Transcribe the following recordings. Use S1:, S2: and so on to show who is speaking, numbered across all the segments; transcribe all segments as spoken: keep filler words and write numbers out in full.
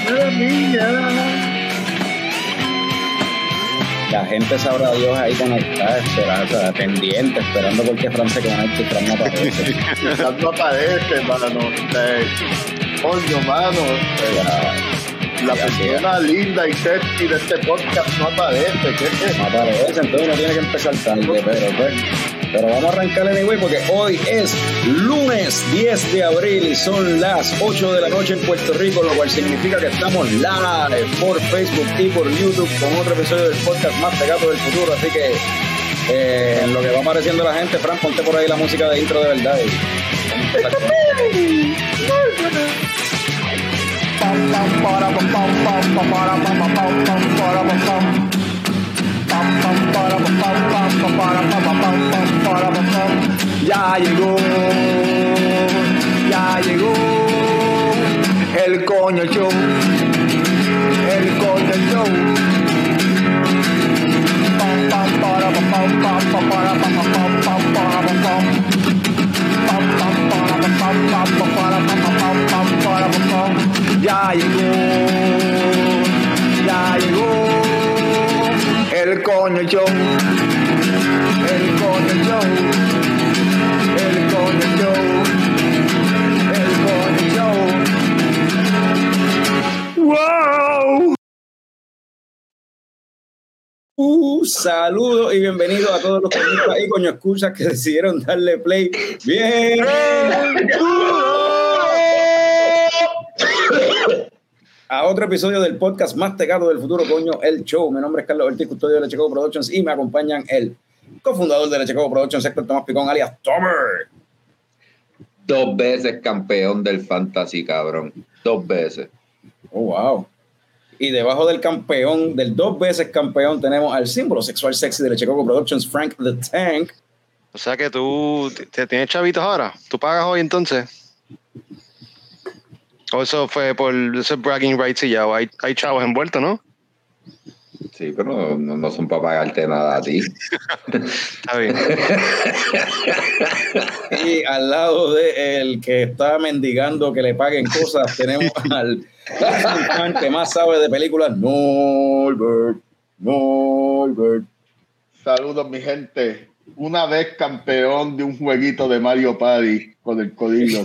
S1: Era niña.
S2: La gente sabrá Dios ahí conectada, esperando, pendiente, esperando porque Fran se conecte y Fran no aparece.
S1: Fran no aparece, mano. Coño, mano. La, la persona linda y sexy de este podcast no aparece. ¿Qué?
S2: No aparece, entonces uno tiene que empezar tarde, pero pues. Pero vamos a arrancar anyway porque hoy es lunes diez de abril y son las ocho de la noche en Puerto Rico, lo cual significa que estamos live por Facebook y por YouTube con otro episodio del podcast más pegado del futuro. Así que eh, en lo que va apareciendo la gente, Fran, ponte por ahí la música de intro de verdad. Y... Ya llegó, ya llegó el coño show, el coño show. Ya llegó, ya llegó el coño show, el coño show, el coño show, el coño show. ¡Wow! Uh, saludos y bienvenidos a todos los coñitos y coño escuchas que decidieron darle play. ¡Bien! A otro episodio del podcast más pegado del futuro, coño, el show. Mi nombre es Carlos Ortiz, custodio de Leche Coco Productions, y me acompañan el cofundador de Leche Coco Productions, Héctor Tomás Picón, alias Tomer.
S3: Dos veces campeón del fantasy, cabrón. Dos veces.
S2: Oh, wow. Y debajo del campeón, del dos veces campeón, tenemos al símbolo sexual sexy de Leche Coco Productions, Frank the Tank.
S4: O sea que tú te tienes chavitos ahora. ¿Tú pagas hoy entonces? O eso fue por ese bragging rights y ya, o hay, hay chavos envueltos, ¿no?
S3: Sí, pero no, no son para pagarte nada a ti.
S4: Está bien.
S2: Y al lado de el que está mendigando que le paguen cosas, tenemos al fan que más sabe de películas, Norbert. Norbert.
S1: Saludos, mi gente. Una vez campeón de un jueguito de Mario Party con el codillo.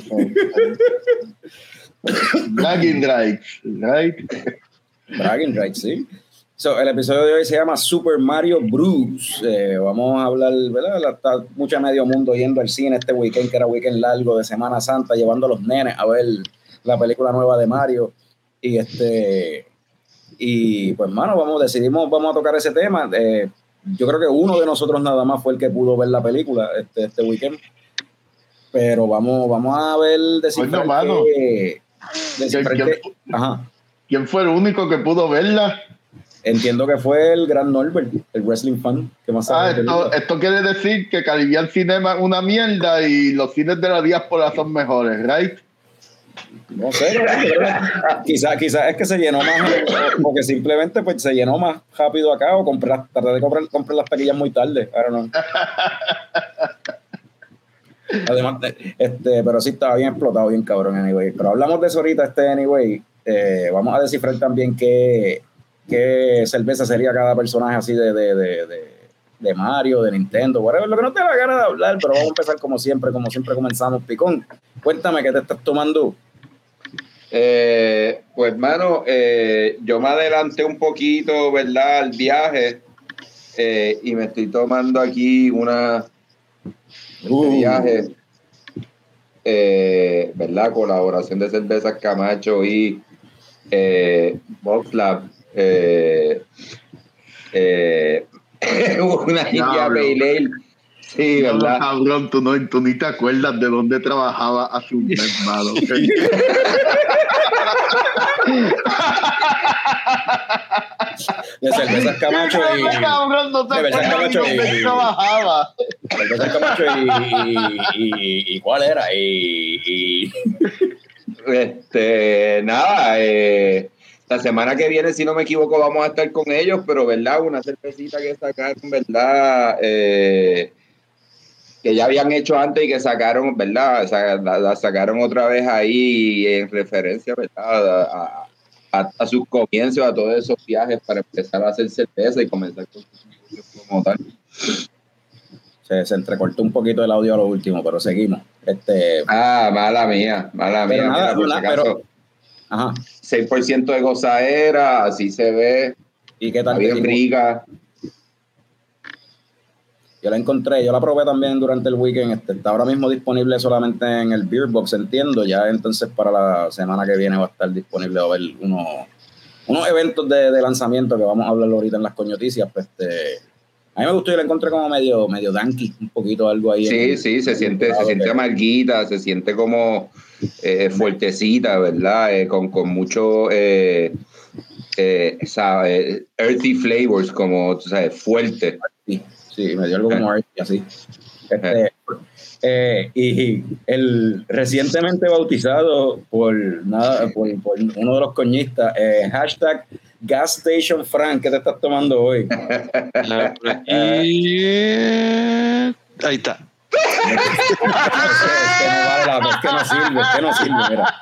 S1: Bragging rights, right?
S2: Bragging rights, sí. So, el episodio de hoy se llama Super Mario Bros. Eh, vamos a hablar, ¿verdad? Está mucho medio mundo yendo al cine este weekend, que era weekend largo de Semana Santa, llevando a los nenes a ver la película nueva de Mario. Y este, y pues, mano, vamos, decidimos, vamos a tocar ese tema. Eh, yo creo que uno de nosotros nada más fue el que pudo ver la película este, este weekend. Pero vamos, vamos a ver descifrar
S1: bueno,
S2: que, descifrar
S1: ¿Quién,
S2: que,
S1: quién,
S2: ajá.
S1: ¿Quién fue el único que pudo verla?
S2: Entiendo que fue el gran Norbert, el wrestling fan que más
S1: ah,
S2: sabe.
S1: Esto, esto quiere decir que Caribbean Cinema es una mierda y los cines de la diáspora son mejores, ¿right?
S2: No sé, quizás quizá es que se llenó más, o que simplemente pues se llenó más rápido acá, o comprar, traté de comprar, comprar las taquillas muy tarde, I don't know. Además, este, pero sí estaba bien explotado, bien cabrón, anyway. Pero hablamos de eso ahorita, este, anyway. Eh, vamos a descifrar también qué, qué cerveza sería cada personaje así de, de, de, de, de Mario, de Nintendo, whatever, lo que no te da la gana de hablar, pero vamos a empezar como siempre, como siempre comenzamos. Picón, cuéntame qué te estás tomando.
S3: Eh, pues, mano, eh, yo me adelanté un poquito, ¿verdad?, al viaje, eh, y me estoy tomando aquí una uh. viaje, eh, ¿verdad?, colaboración de cervezas Camacho y eh, Box Lab, eh, eh, una India Pale Ale. Sí,
S1: no,
S3: ¿verdad?
S1: Cabrón, tú, no, tú ni te acuerdas de dónde trabajaba hace un mes, malo. ¿Okay?
S2: De cervezas Camacho y...
S1: No, cabrón, no te
S2: cervezas Camacho y...
S1: dónde trabajaba.
S2: Cervezas Camacho y, y, y... ¿Y cuál era? Y... y...
S3: Este... Nada, eh... la semana que viene, si no me equivoco, vamos a estar con ellos, pero, ¿verdad? Una cervecita que sacaron, ¿verdad? Eh... que ya habían hecho antes y que sacaron, ¿verdad? La, la sacaron otra vez ahí en referencia, ¿verdad? A, a, a sus comienzos, a todos esos viajes para empezar a hacer cerveza y comenzar con sus negocios como tal.
S2: Se, se entrecortó un poquito el audio a lo último, pero seguimos. Este,
S3: ah, mala mía, mala
S2: pero
S3: mía.
S2: Nada,
S3: mira, por
S2: nada,
S3: si acaso,
S2: pero, ajá.
S3: seis por ciento de gozadera, así se ve.
S2: ¿Y qué tal?
S3: Bien rica.
S2: Yo la encontré, yo la probé también durante el weekend. Este, está ahora mismo disponible solamente en el Beer Box, entiendo. Ya entonces para la semana que viene va a estar disponible a ver unos, unos eventos de, de lanzamiento que vamos a hablar ahorita en las coñoticias. Pues, este, a mí me gustó y la encontré como medio, medio danky, un poquito algo ahí.
S3: Sí,
S2: el,
S3: sí, se siente, se siente amarguita, se siente como eh, fuertecita, ¿verdad? Eh, con, con mucho eh, eh, sabe, earthy flavors, como tú sabes, fuerte.
S2: Sí, sí, me dio algo como earthy, así. Este, eh, y el recientemente bautizado por nada por, por uno de los coñistas, eh, hashtag Gas Station Frank, ¿qué te estás tomando hoy?
S4: Y ahí está.
S2: Es que no vale la pena, es que no sirve, es que no sirve, mira.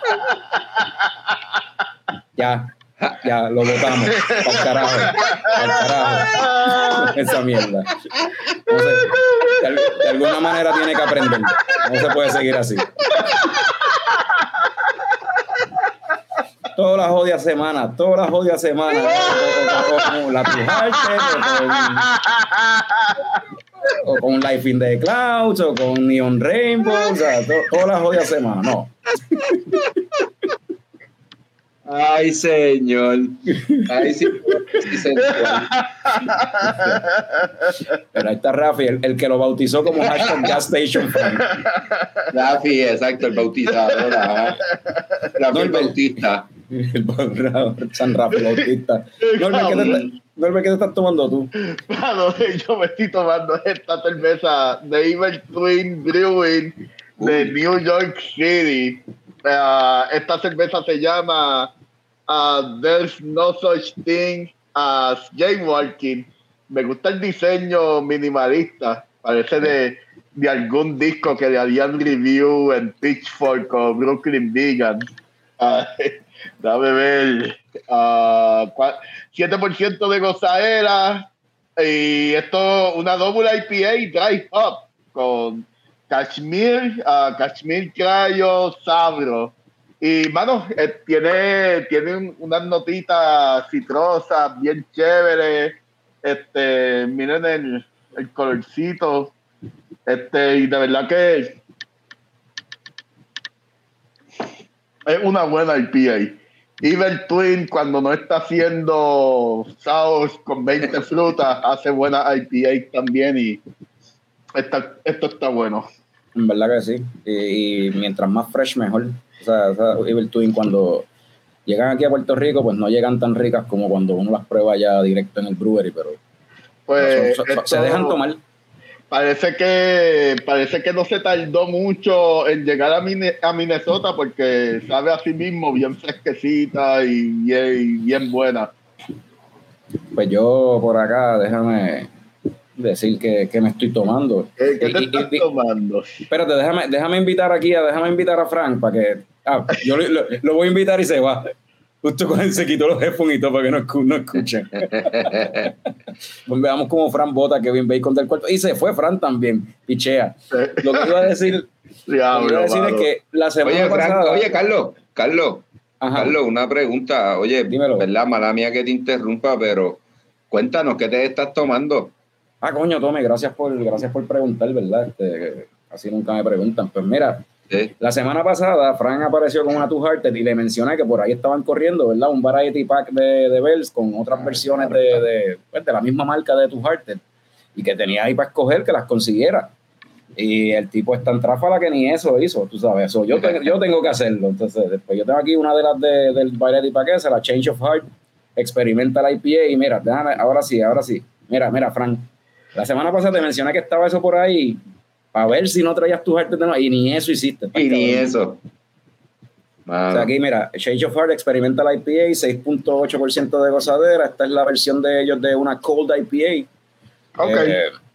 S2: Ya, ya, lo botamos. Al carajo, al carajo. Esa mierda. No sé, de, de alguna manera tiene que aprender. No se puede seguir así. Todas las jodidas semanas, todas las jodidas semanas, o, o, o, o con la Trujarte, o, o con Life in the Clouds, o con Neon Rainbow, o sea, to, todas las jodidas semanas, no.
S3: Ay, señor. Ay, sí, sí, señor.
S2: Pero ahí está Rafi, el, el que lo bautizó como hashtag Gas Station Frank.
S3: Rafi, exacto, el bautizador. Rafi no, el bautista.
S2: El San Rafi Bautista. Norman, ¿qué te, Norman, ¿qué te estás tomando tú?
S1: Claro, yo me estoy tomando esta cerveza de Evil Twin Brewing de Uy. New York City. Uh, esta cerveza se llama uh, There's No Such Thing as Jaywalking. Me gusta el diseño minimalista. Parece de, de algún disco que le harían review en Pitchfork o Brooklyn Vegan. Uh, Dame ver. Uh, siete por ciento de gozadera. Y esto, una double I P A dry hop con Kashmir, uh, Kashmir Cryo, Sabro. Y, mano, eh, tiene, tiene unas notitas citrosas bien chéveres. Este, miren el, el colorcito. Este, y de verdad que es una buena I P A. Evil Twin, cuando no está haciendo sours con veinte frutas, hace buena I P A también. Y esta, esto está bueno.
S2: En verdad que sí. Y, y mientras más fresh, mejor. O sea, o sea, Evil Twin, cuando llegan aquí a Puerto Rico, pues no llegan tan ricas como cuando uno las prueba ya directo en el brewery, pero
S1: pues
S2: son, son, se dejan tomar.
S1: Parece que parece que no se tardó mucho en llegar a, Mine, a Minnesota porque sabe a sí mismo bien fresquecita y bien, bien buena.
S2: Pues yo por acá, déjame decir que, que me estoy tomando.
S1: ¿Qué, qué te y, estás y, tomando?
S2: Espérate, déjame, déjame invitar aquí, a, déjame invitar a Frank para que... Ah, yo lo, lo, lo voy a invitar y se va. Justo cuando se quitó los headphones y todo para que no, no escuchen. Pues veamos cómo Fran bota Kevin Bacon del cuerpo. Y se fue Fran también, pichea. Lo que iba a decir,
S1: Diablo,
S2: lo que iba a decir es que la semana
S3: oye,
S2: pasada...
S3: Frank, oye, Carlos, Carlos,
S2: Ajá.
S3: Carlos, una pregunta. Oye,
S2: dímelo.
S3: ¿Verdad? Mala mía que te interrumpa, pero cuéntanos, ¿qué te estás tomando?
S2: Ah, coño, Tommy, gracias por, gracias por preguntar, ¿verdad? Este, así nunca me preguntan. Pues mira... Sí. La semana pasada, Frank apareció con una Two Hearted y le mencioné que por ahí estaban corriendo, ¿verdad? Un variety pack de, de Bells con otras ah, versiones de, de, pues, de la misma marca de Two Hearted y que tenía ahí para escoger que las consiguiera. Y el tipo es tan tráfala que ni eso hizo, tú sabes. Eso yo, te, yo tengo que hacerlo. Entonces, después yo tengo aquí una de las de, del variety pack esa, la Change of Heart, experimenta la I P A y mira, déjame, ahora sí, ahora sí. Mira, mira, Frank, la semana pasada te mencioné que estaba eso por ahí. A ver si no traías tu Heart de nuevo. Y ni eso hiciste.
S3: Y ni eso.
S2: Wow. O sea, aquí mira, Change of Heart experimenta la I P A, seis punto ocho por ciento de gozadera. Esta es la versión de ellos de una Cold I P A.
S1: Ok.
S2: Eh,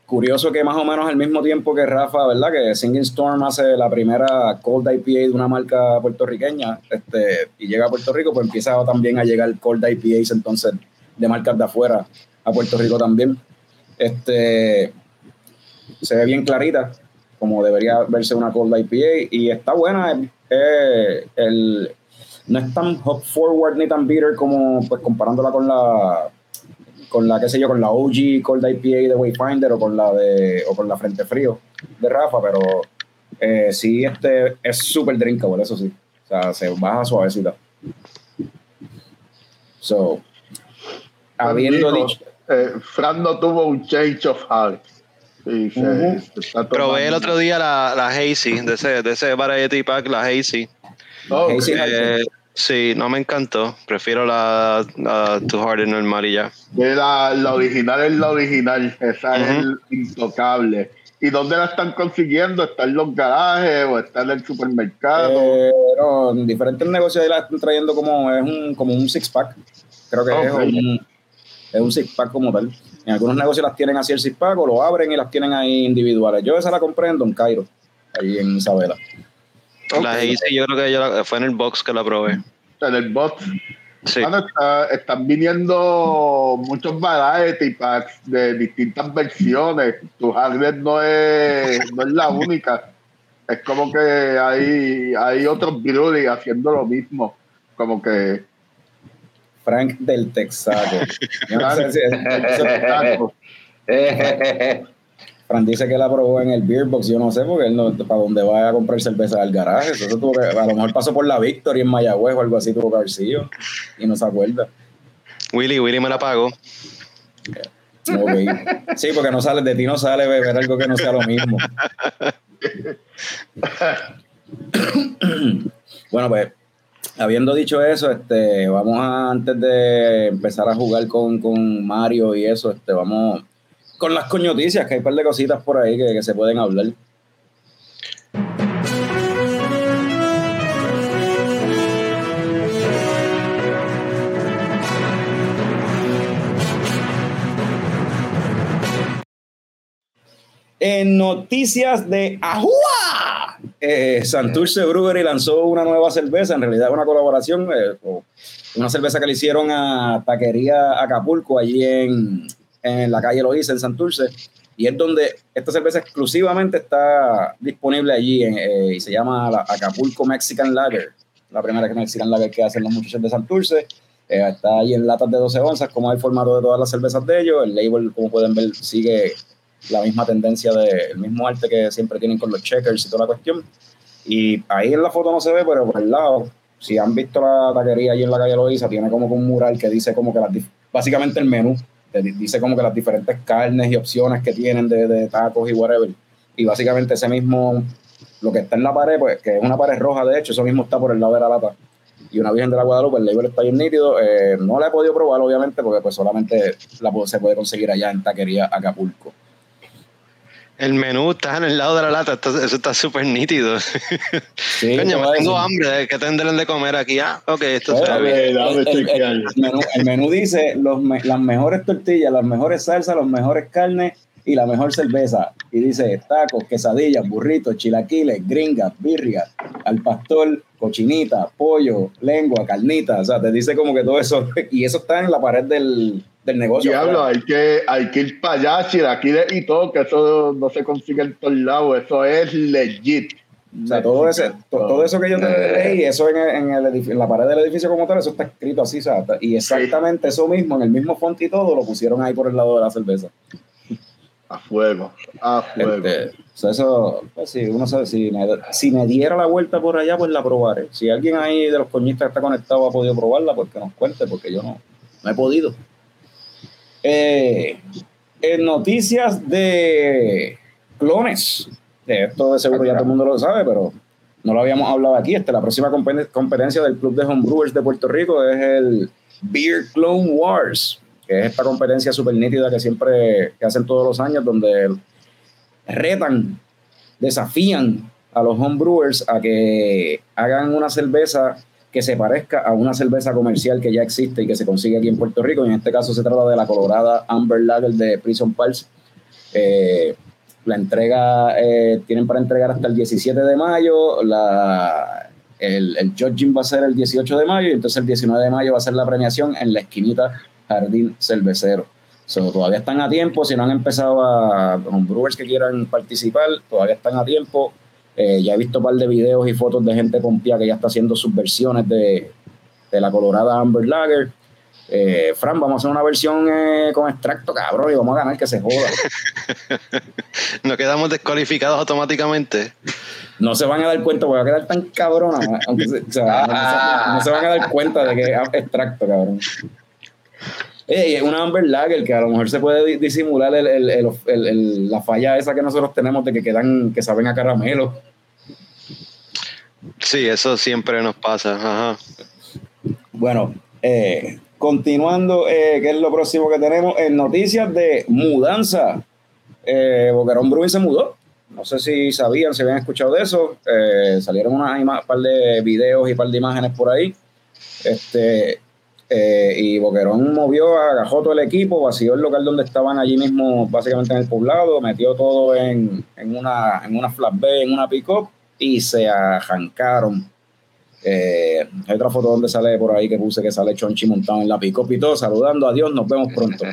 S2: curioso que más o menos al mismo tiempo que Rafa, ¿verdad? Que Singing Storm hace la primera Cold I P A de una marca puertorriqueña, este, y llega a Puerto Rico, pues empieza también a llegar Cold I P As entonces de marcas de afuera a Puerto Rico también. Este, se ve bien clarita, como debería verse una Cold I P A, y está buena. Eh, el, no es tan hop forward ni tan bitter como pues comparándola con la con la, qué sé yo, con la O G Cold I P A de Wayfinder o con la de o con la Frente Frío de Rafa, pero eh, sí, este es súper drinkable, eso sí. O sea, se baja suavecita. So, habiendo
S1: dijo,
S2: dicho...
S1: Eh, Fran no tuvo un change of heart. Sí, se,
S2: Uh-huh.
S1: se está
S4: Probé el otro día la, la Hazy, de ese, de ese Variety Pack, la Hazy.
S1: Oh,
S2: Hazy
S1: okay.
S4: Eh, sí, no me encantó. Prefiero la, la Too Hard normal y ya.
S1: La, la original es la original. Esa
S4: Uh-huh.
S1: es el intocable. ¿Y dónde la están consiguiendo? ¿Está en los garajes o está en el supermercado?
S2: Eh, no, en diferentes negocios ahí la están trayendo como es un, como un six pack. Creo que
S1: Okay.
S2: es, un, es un six pack como tal. En algunos negocios las tienen así el six pack o lo abren y las tienen ahí individuales. Yo esa la compré en Don Cairo, ahí en Isabela.
S1: Okay.
S4: La Hazy, yo creo que yo la, fue en el box que la probé.
S1: En el box.
S4: Sí.
S1: Bueno, está, están viniendo muchos variety packs de distintas versiones. Tu Harvest no es, no es la única. Es como que hay, hay otros breweries haciendo lo mismo. Como que
S2: Frank del Texaco. Yo no sé si es- Fran dice que la probó en el Beer Box. Yo no sé, porque él no, para dónde va a comprar cerveza al garaje. Eso tuvo que, a lo mejor pasó por la Victory en Mayagüez o algo así, tuvo que haber sido, y no se acuerda.
S4: Willy, Willy me la pagó.
S2: Okay. Sí, porque no sale, de ti no sale beber algo que no sea lo mismo. Bueno, pues, habiendo dicho eso, este, vamos a, antes de empezar a jugar con, con Mario y eso, este, vamos con las coñoticias, que hay un par de cositas por ahí que, que se pueden hablar. En noticias de ¡Ajúa! Eh, Santurce Brewery lanzó una nueva cerveza, en realidad una colaboración, eh, una cerveza que le hicieron a Taquería Acapulco, allí en, en la calle Loíza, en Santurce, y es donde esta cerveza exclusivamente está disponible allí, en, eh, y se llama la Acapulco Mexican Lager, la primera Mexican Lager que hacen los muchachos de Santurce. Eh, está ahí en latas de doce onzas, como es el formato de todas las cervezas de ellos. El label, como pueden ver, sigue la misma tendencia, de, el mismo arte que siempre tienen con los checkers y toda la cuestión. Y ahí en la foto no se ve, pero por el lado, si han visto la taquería allí en la calle Loíza, tiene como que un mural que dice como que las, básicamente el menú, que dice como que las diferentes carnes y opciones que tienen de, de tacos y whatever. Y básicamente ese mismo, lo que está en la pared, pues que es una pared roja, de hecho, eso mismo está por el lado de la lata. Y una Virgen de la Guadalupe, el label está bien nítido. Eh, no la he podido probar, obviamente, porque pues solamente la, se puede conseguir allá en Taquería Acapulco.
S4: El menú está en el lado de la lata, está, eso está súper nítido.
S2: Sí,
S4: coño, me tengo
S2: decir.
S4: hambre, ¿qué tendrán de comer aquí? Ah, ok, esto
S2: Pues,
S4: se ve.
S2: el, el, el, el, menú, el menú dice los, las mejores tortillas, las mejores salsas, las mejores carnes y la mejor cerveza. Y dice tacos, quesadillas, burritos, chilaquiles, gringas, birria, al pastor, cochinita, pollo, lengua, carnita. O sea, te dice como que todo eso. Y eso está en la pared del, del negocio.
S1: Diablo, hay que, hay que ir para allá, chilaquiles y todo, que eso no se consigue en todos lados. Eso es legit.
S2: O sea, todo, ese, to, todo eso que yo te leí, eso en, en, el edificio, en la pared del edificio como tal, eso está escrito así, o sea, y exactamente eso mismo, en el mismo font y todo, lo pusieron ahí por el lado de la cerveza.
S1: A fuego, a fuego.
S2: Este, o sea, eso, pues sí, uno sabe, si me, si me diera la vuelta por allá, pues la probaré. Si alguien ahí de los coñistas que está conectado ha podido probarla, pues que nos cuente, porque yo no, no he podido. Eh, en noticias de clones, esto de seguro ya todo el mundo lo sabe, pero no lo habíamos hablado aquí. Este, la próxima competencia del Club de Homebrewers de Puerto Rico es el Beer Clone Wars, que es esta competencia súper nítida que siempre que hacen todos los años, donde retan, desafían a los homebrewers a que hagan una cerveza que se parezca a una cerveza comercial que ya existe y que se consigue aquí en Puerto Rico. En este caso se trata de la colorada Amber Lager de Prison Pulse. Eh, la entrega, eh, tienen para entregar hasta el diecisiete de mayo, la, el, el judging va a ser el dieciocho de mayo y entonces el diecinueve de mayo va a ser la premiación en la esquinita Jardín Cervecero. So, todavía están a tiempo, si no han empezado a, con brewers que quieran participar, todavía están a tiempo. Eh, ya he visto un par de videos y fotos de gente pompía que ya está haciendo sus versiones de, de la colorada Amber Lager. Eh, Fran, vamos a hacer una versión eh, con extracto, cabrón, y vamos a ganar, que se joda.
S4: No quedamos descualificados automáticamente.
S2: No se van a dar cuenta, porque va a quedar tan cabrona, aunque se, o sea, no, se, no se van a dar cuenta de que es extracto, cabrón. Hey, es una Amber Lager que a lo mejor se puede disimular el, el, el, el, el, la falla esa que nosotros tenemos de que quedan, que saben a caramelo.
S4: Sí, eso siempre nos pasa. Ajá.
S2: Bueno, eh, continuando, eh, ¿qué es lo próximo que tenemos? En noticias de mudanza. Eh, Boquerón Brewing se mudó. No sé si sabían, si habían escuchado de eso. Eh, salieron un par de videos y un par de imágenes por ahí. Este... Eh, y Boquerón movió, agajó todo el equipo, vació el local donde estaban allí mismo, básicamente en el poblado, metió todo en, en una en una flatbed, en una pick-up y se arrancaron. Eh, hay otra foto donde sale por ahí que puse que sale Chonchi montado en la pick-up y todo, saludando, adiós, nos vemos pronto.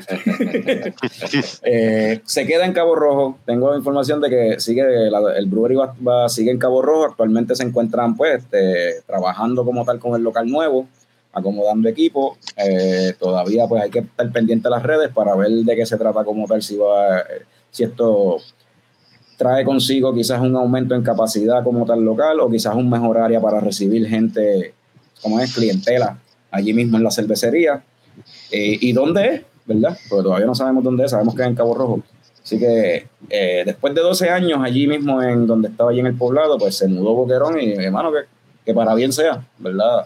S2: eh, se queda en Cabo Rojo. Tengo información de que sigue la, el brewery va, va, sigue en Cabo Rojo. Actualmente se encuentran pues este, trabajando como tal con el local nuevo, acomodando equipo. Eh, todavía pues hay que estar pendiente de las redes para ver de qué se trata como tal, si va, si esto trae consigo quizás un aumento en capacidad como tal local o quizás un mejor área para recibir gente, como es, clientela allí mismo en la cervecería. Eh, ¿y dónde es? ¿Verdad? Porque todavía no sabemos dónde es, sabemos que es en Cabo Rojo. Así que eh, después de doce años allí mismo en donde estaba allí en el poblado, pues se mudó Boquerón y hermano, que, que para bien sea, ¿verdad?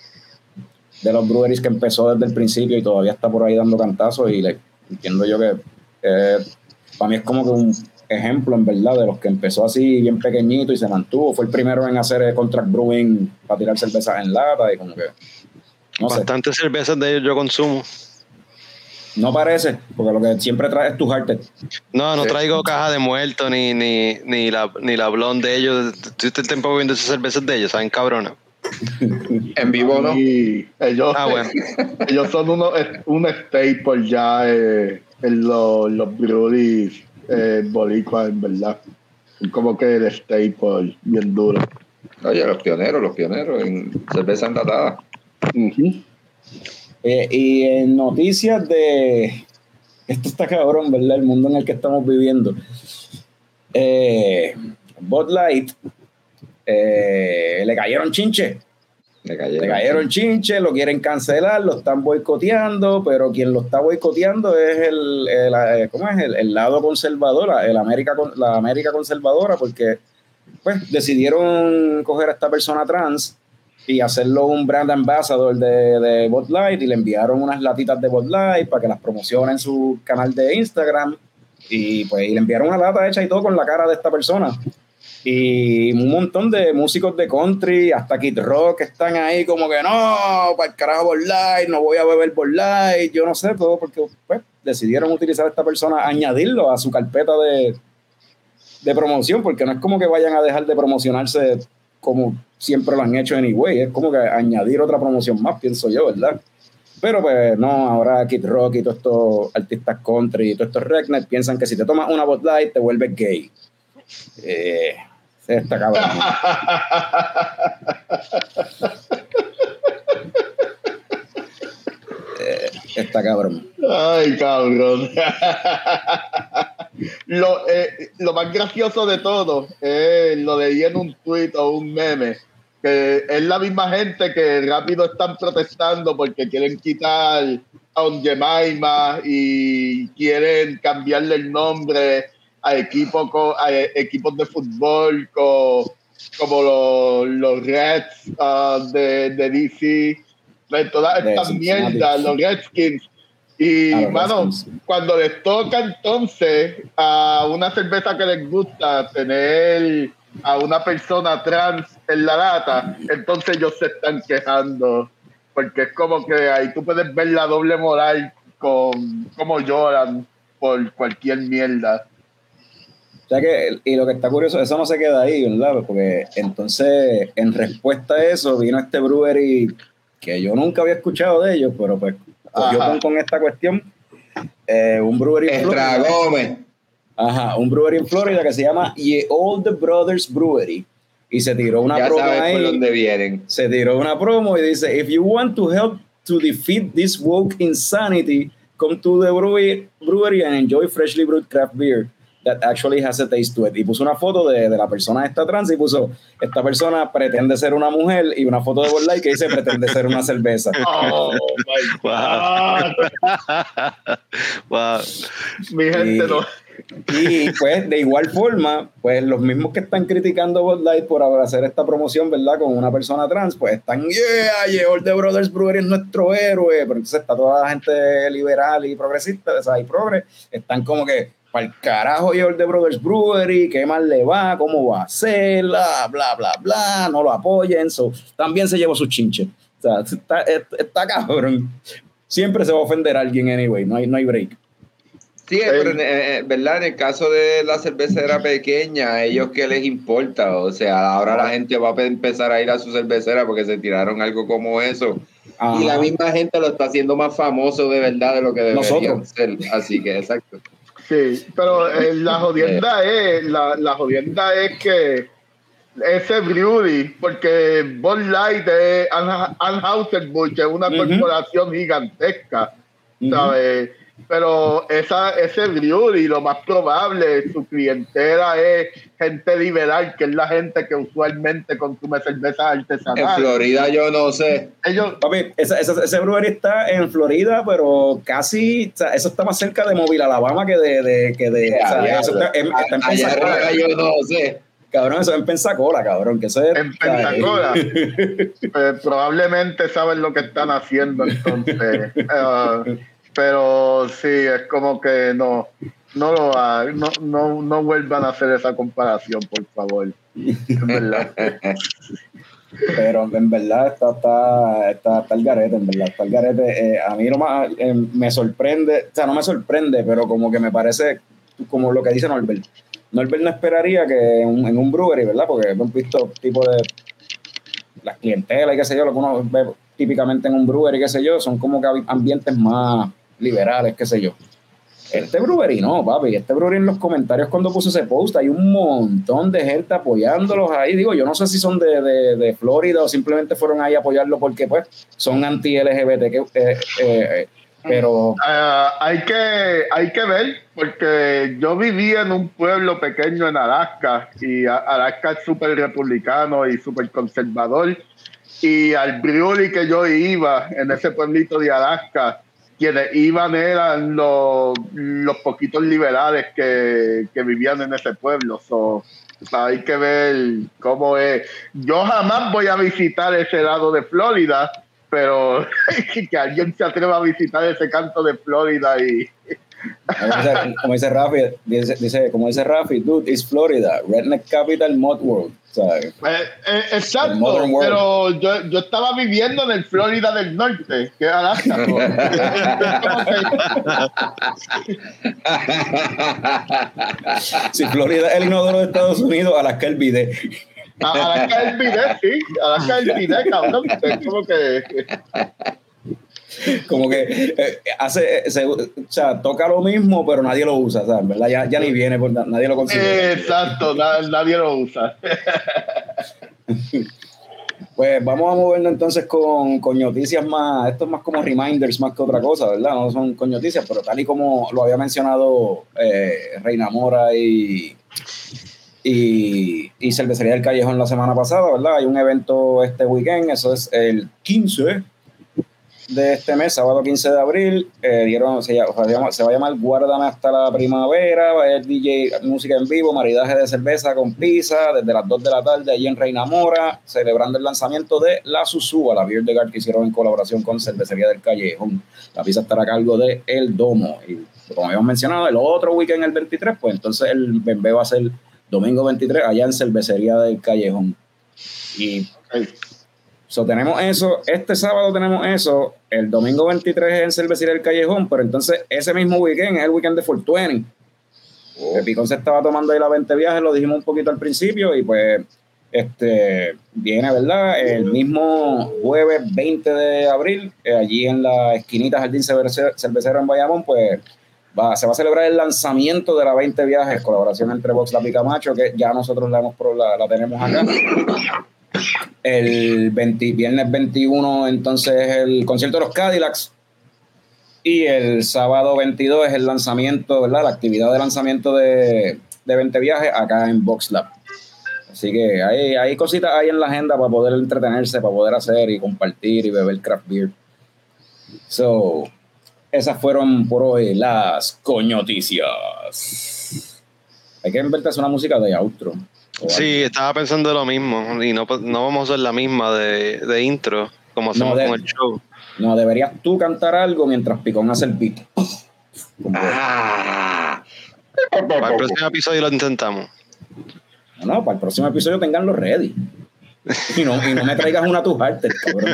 S2: De los breweries que empezó desde el principio y todavía está por ahí dando cantazos y le, entiendo yo que eh, para mí es como que un ejemplo en verdad de los que empezó así bien pequeñito y se mantuvo. Fue el primero en hacer contract brewing para tirar cervezas en lata y como que no
S4: bastantes
S2: sé.
S4: cervezas de ellos yo consumo.
S2: No parece, porque lo que siempre traes es tu Hearted.
S4: No, no traigo caja de muerto ni, ni, ni la ni la blonde de ellos. Tuviste el tiempo viendo esas cervezas de ellos, saben cabronas.
S3: En vivo, ¿no?
S1: Y ellos,
S4: ah, bueno.
S1: ellos son uno, un staple ya eh, en los, los breweries eh, boricuas, en verdad. Como que el staple bien duro.
S3: Oye, los pioneros, los pioneros en cerveza enlatada.
S1: Uh-huh.
S2: Eh, y en noticias de... Esto está cabrón, ¿verdad? El mundo en el que estamos viviendo. Eh, Bud Light eh, le cayeron chinche.
S3: Le cayeron,
S2: le cayeron chinche, lo quieren cancelar, lo están boicoteando, pero quien lo está boicoteando es el, el, ¿cómo es? el, el lado conservador, el América, la América conservadora, porque pues decidieron coger a esta persona trans y hacerlo un brand ambassador de, de Bud Light y le enviaron unas latitas de Bud Light para que las promocione en su canal de Instagram y pues y le enviaron una lata hecha y todo con la cara de esta persona. Y un montón de músicos de country, hasta Kid Rock, que están ahí como que no, para el carajo Bud Light, no voy a beber Bud Light, yo no sé, todo porque pues, decidieron utilizar a esta persona, añadirlo a su carpeta de, de promoción, porque no es como que vayan a dejar de promocionarse como siempre lo han hecho anyway, es como que añadir otra promoción más, pienso yo, ¿verdad? Pero pues no, ahora Kid Rock y todos estos artistas country y todos estos rednecks piensan que si te tomas una Bud Light te vuelves gay. Eh... Esta cabrón. eh, esta cabrón.
S1: Ay, cabrón. lo, eh, lo más gracioso de todo es lo leí en un tweet o un meme, que es la misma gente que rápido están protestando porque quieren quitar a un Jemima y quieren cambiarle el nombre a equipos a equipos de fútbol co, como los, los Reds uh, de, de D C, de todas estas mierdas, los Redskins. Y, ah, mano, Redskins. Cuando les toca entonces a una cerveza que les gusta tener a una persona trans en la lata, entonces ellos se están quejando, porque es como que ahí tú puedes ver la doble moral con cómo lloran por cualquier mierda.
S2: sea que, y lo que está curioso, eso no se queda ahí, ¿verdad? Porque entonces, en respuesta a eso, vino este brewery que yo nunca había escuchado de ellos, pero pues cogió con, con esta cuestión. Eh, un brewery en Florida.
S3: Gómez.
S2: Ajá, un brewery en Florida que se llama Ye Olde Brothers Brewery. Y se tiró una
S3: ya
S2: promo
S3: sabes
S2: ahí.
S3: por dónde vienen.
S2: Se tiró una promo y dice: If you want to help to defeat this woke insanity, come to the brewery, brewery and enjoy freshly brewed craft beer that actually has a taste to it. Y puso una foto de, de la persona esta trans y puso: esta persona pretende ser una mujer, y una foto de Bud Light que dice: pretende ser una cerveza.
S1: Oh my God.
S4: Wow.
S1: Mi gente
S2: y,
S1: no.
S2: Y pues de igual forma, pues los mismos que están criticando Bud Light por hacer esta promoción, ¿verdad? Con una persona trans, pues están, yeah, yeah, Olde Brothers Brewery es nuestro héroe. Pero entonces está toda la gente liberal y progresista, o sea, y progres, están como que, para el carajo, y Olde Brothers Brewery, ¿qué más le va? ¿Cómo va a ser? Bla, bla, bla, bla, no lo apoyen. So, también se llevó sus chinches. O sea, está, está, está cabrón. Siempre se va a ofender a alguien anyway, no hay, no hay break.
S3: Sí, pero en, en, ¿verdad? En el caso de la cervecera pequeña, ¿a ellos qué les importa? O sea, ahora la gente va a empezar a ir a su cervecera porque se tiraron algo como eso. Ajá. Y la misma gente lo está haciendo más famoso de verdad de lo que deberían Nosotros. ser. Así que, exacto.
S1: Sí, pero eh, la jodienda es, la, la jodienda es que ese brewery, porque Bud Light es Anheuser-Busch, es una uh-huh. corporación gigantesca, uh-huh. ¿sabes? Pero esa, ese brewery, lo más probable, su clientela es gente liberal, que es la gente que usualmente consume cervezas artesanales.
S3: En Florida yo no sé.
S1: Ellos,
S2: Papi, ese, ese, ese brewery está en Florida, pero casi, o sea, eso está más cerca de Mobile, Alabama, que de... de, que de
S3: yeah,
S2: o sea,
S3: yeah,
S2: eso está, en, está en Pensacola.
S3: Yo no sé.
S2: Cabrón, eso es en Pensacola, cabrón. Que eso es,
S1: en Pensacola. Pues, probablemente saben lo que están haciendo, entonces... uh, pero sí, es como que no no lo hagan, no, no, no vuelvan a hacer esa comparación, por favor. En verdad.
S2: Pero en verdad está, está, está, está el garete, en verdad, está el garete. Eh, a mí nomás eh, me sorprende, o sea, no me sorprende, pero como que me parece, como lo que dice Norbert. Norbert no esperaría que en un, en un brewery, ¿verdad? Porque hemos visto tipo de las clientelas y qué sé yo, lo que uno ve típicamente en un brewery, qué sé yo, son como que ambientes más liberales, qué sé yo. Este brewery no, papi, este brewery en los comentarios cuando puso ese post hay un montón de gente apoyándolos ahí. Digo, yo no sé si son de, de, de Florida o simplemente fueron ahí a apoyarlo porque pues son anti-L G B T, eh, eh, eh, pero...
S1: Uh, hay, que, hay que ver, porque yo vivía en un pueblo pequeño en Alaska y Alaska es súper republicano y súper conservador, y al brewery que yo iba en ese pueblito de Alaska, quienes iban eran los, los poquitos liberales que, que vivían en ese pueblo. So, hay que ver cómo es. Yo jamás voy a visitar ese lado de Florida, pero que alguien se atreva a visitar ese canto de Florida y...
S2: Como dice, como dice Rafi, dice, dice, como dice Rafi, dude, it's Florida, redneck capital, mod world. ¿Sabes?
S1: Eh, eh, exacto, pero yo, yo estaba viviendo en el Florida del Norte, que es Alaska.
S2: Si Florida es el inodoro de Estados Unidos, Alaska el bidet.
S1: Alaska el bidet, sí, Alaska el bidet, cabrón. Es como que...
S2: como que eh, hace se, o sea, toca lo mismo pero nadie lo usa, ¿sabes? ¿Verdad? Ya, ya ni viene, por, nadie lo consigue.
S1: Exacto, na, nadie lo usa.
S2: Pues vamos a movernos entonces con, con noticias más, esto es más como reminders más que otra cosa, ¿verdad? No son con noticias, pero tal y como lo había mencionado eh, Reina Mora y y, y Cervecería del Callejón la semana pasada, ¿verdad? Hay un evento este weekend, eso es el quince de este mes, sábado quince de abril, eh, dieron, se, o sea, se va a llamar Guárdame hasta la primavera, va a haber D J, música en vivo, maridaje de cerveza con pizza, desde las dos de la tarde allí en Reina Mora, celebrando el lanzamiento de La Susúa, la Beer de Gar que hicieron en colaboración con Cervecería del Callejón. La pizza estará a cargo de El Domo, y como habíamos mencionado, el otro weekend el veintitrés, pues entonces el bembé va a ser domingo veintitrés allá en Cervecería del Callejón. Y... So, tenemos eso, este sábado tenemos eso, el domingo veintitrés es en Cervecería del Callejón, pero entonces ese mismo weekend es el weekend de cuatrocientos veinte. Oh. El Picón se estaba tomando ahí la veinte viajes, lo dijimos un poquito al principio, y pues este viene, ¿verdad? El mismo jueves veinte de abril, eh, allí en la esquinita Jardín Cervecero en Bayamón, pues va, se va a celebrar el lanzamiento de la veinte viajes, colaboración entre Vox La Picamacho, que ya nosotros la, hemos, la, la tenemos acá. El veinte, viernes veintiuno, entonces, el concierto de los Cadillacs. Y el sábado veintidós es el lanzamiento, ¿verdad? La actividad de lanzamiento de, de veinte viajes acá en Vox Lab. Así que hay, hay cositas ahí en la agenda para poder entretenerse, para poder hacer y compartir y beber craft beer. So, esas fueron por hoy las coñoticias. Hay que inventarse una música de outro.
S4: Sí, estaba pensando lo mismo. Y no, no vamos a hacer la misma de, de intro, como hacemos no, de, con el show.
S2: No, deberías tú cantar algo mientras Picón hace el beat.
S4: Ah. Para el próximo episodio lo intentamos.
S2: No, no, para el próximo episodio tenganlo ready. Y no, y no me traigas una tu hearted, cabrón.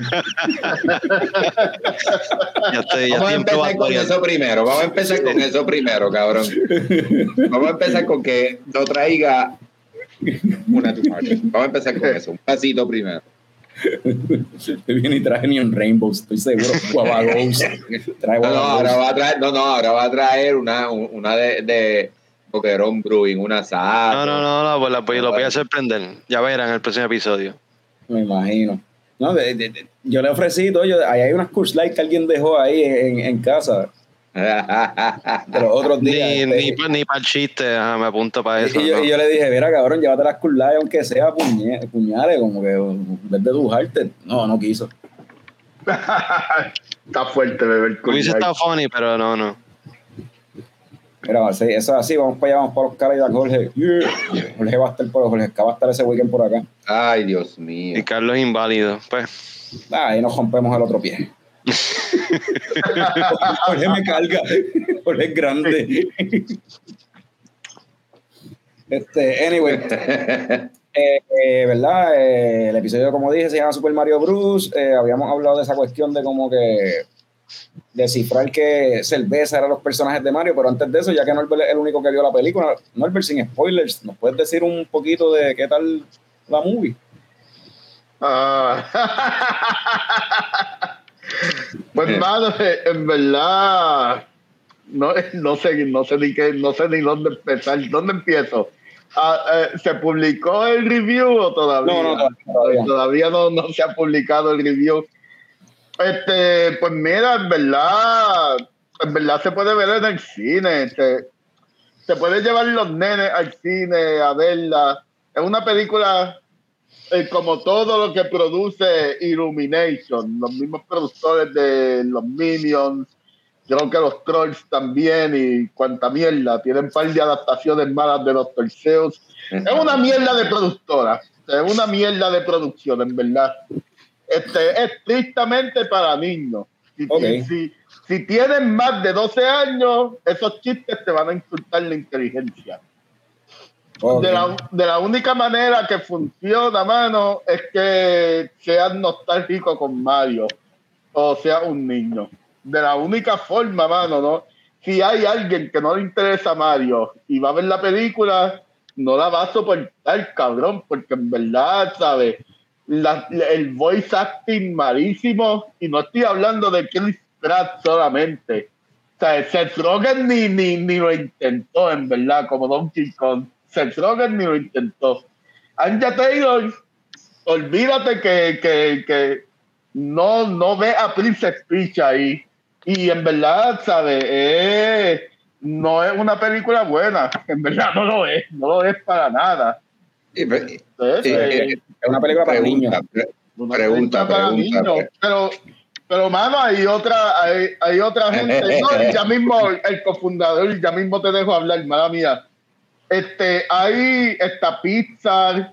S3: Ya estoy, ya Vamos a empezar con eso primero. Vamos a empezar con eso primero, cabrón. Vamos a empezar con que no traiga una tu hearted. Vamos a empezar con eso. Un pasito primero.
S2: Viene y trae Neon Rainbow, estoy seguro. Guava Ghost.
S3: Trae no, no, ahora va a traer, no, no, ahora va a traer una, una de, de Boquerón Brewing, una sal.
S4: No, no, no, no, pues la, pues, lo voy a sorprender. Ya verán en el próximo episodio.
S2: Me imagino. No, de, de, de, yo le ofrecí todo. Yo, ahí hay unas Coors Light que alguien dejó ahí en, en casa. De los otros días.
S4: Ni, este, ni, ni para el chiste, ajá, me apunto para eso.
S2: Y yo,
S4: ¿no?
S2: y yo le dije, mira, cabrón, llévate las Coors Light, aunque sea puñe, puñales, como que en vez de dujarte. No, no quiso.
S1: Está fuerte beber
S4: Coors Light. Hubiese estado funny, pero no, no.
S2: Mira, sí, eso es así, vamos para allá, vamos para los Cadillacs, Jorge. Yeah. Jorge va a estar por Jorge, va a estar ese weekend por acá.
S3: Ay, Dios mío.
S4: Y Carlos inválido, pues.
S2: Ah, ahí nos rompemos el otro pie. Jorge me carga. Jorge es grande. Este, anyway. eh, eh, ¿Verdad? Eh, el episodio, como dije, se llama Super Mario Bros. Eh, habíamos hablado de esa cuestión de como que descifrar que cerveza eran los personajes de Mario, pero antes de eso, ya que Norbert es el único que vio la película, Norbert, sin spoilers, ¿nos puedes decir un poquito de qué tal la movie?
S1: Uh, pues hermano, en verdad no, no sé no sé ni qué, no sé ni dónde empezar. ¿Dónde empiezo? Uh, eh, ¿Se publicó el review o todavía?
S2: No, no, todavía,
S1: todavía no, no se ha publicado el review. Este, pues mira, en verdad, en verdad se puede ver en el cine. Se, se puede llevar los nenes al cine a verla. Es una película eh, como todo lo que produce Illumination, los mismos productores de los Minions, creo que los Trolls también y cuanta mierda. Tienen un par de adaptaciones malas de doctor Seuss. Es una mierda de productora, es una mierda de producción, en verdad. Este, es estrictamente para niños. Si,
S2: okay.
S1: si, si tienen más de doce años, esos chistes te van a insultar la inteligencia. Okay. De, la, de la única manera que funciona, mano, es que seas nostálgico con Mario o seas un niño. De la única forma, mano, ¿no? Si hay alguien que no le interesa Mario y va a ver la película, no la va a soportar, cabrón, porque en verdad, ¿sabes? La, el voice acting malísimo, y no estoy hablando de Chris Pratt solamente. O sea, Seth Rogen ni, ni, ni lo intentó, en verdad, como Donkey Kong. Seth Rogen ni lo intentó. Anya Taylor, olvídate que, que, que no, no ve a Princess Peach ahí. Y en verdad, ¿sabes? Eh, no es una película buena. En verdad no lo es. No lo es para nada.
S3: Entonces,
S2: sí, eh, es una película para niños.
S3: Una pregunta, para
S1: pregunta,
S3: niños.
S1: Pero, pero, mano, hay otra, hay, hay otra gente. No, ya mismo, el cofundador, ya mismo te dejo hablar, mala mía. Este, ahí está Pixar,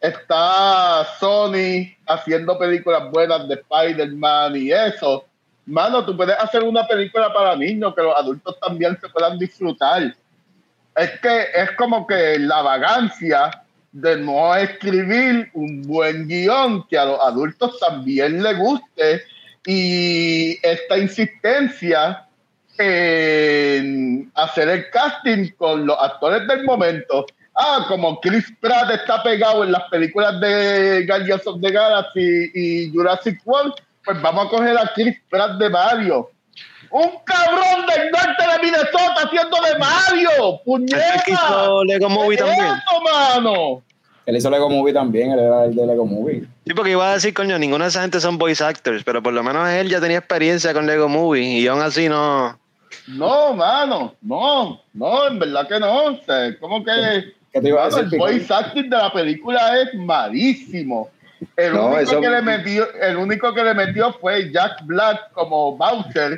S1: está Sony haciendo películas buenas de Spider-Man y eso. Mano, tú puedes hacer una película para niños que los adultos también se puedan disfrutar. Es que es como que la vagancia de no escribir un buen guión que a los adultos también les guste, y esta insistencia en hacer el casting con los actores del momento. Ah, como Chris Pratt está pegado en las películas de Guardians of the Galaxy y Jurassic World, pues vamos a coger a Chris Pratt de Mario. Un cabrón del norte de Minnesota haciendo de Mario. ¡Puñeta!
S4: ¿Qué hizo Lego Movie también?
S1: ¡Eso, mano!
S2: Él hizo Lego Movie también, él era el de Lego Movie.
S4: Sí, porque iba a decir, coño, ninguna de esa gente son voice actors, pero por lo menos él ya tenía experiencia con Lego Movie y aún así no...
S1: No, mano, no, no, en verdad que no. O sea, ¿cómo que...?
S2: ¿Qué te iba a
S1: Mano,
S2: decir,
S1: el voice acting de la película es malísimo. El,
S3: No,
S1: único
S3: eso-
S1: que le metió, el único que le metió fue Jack Black como Bowser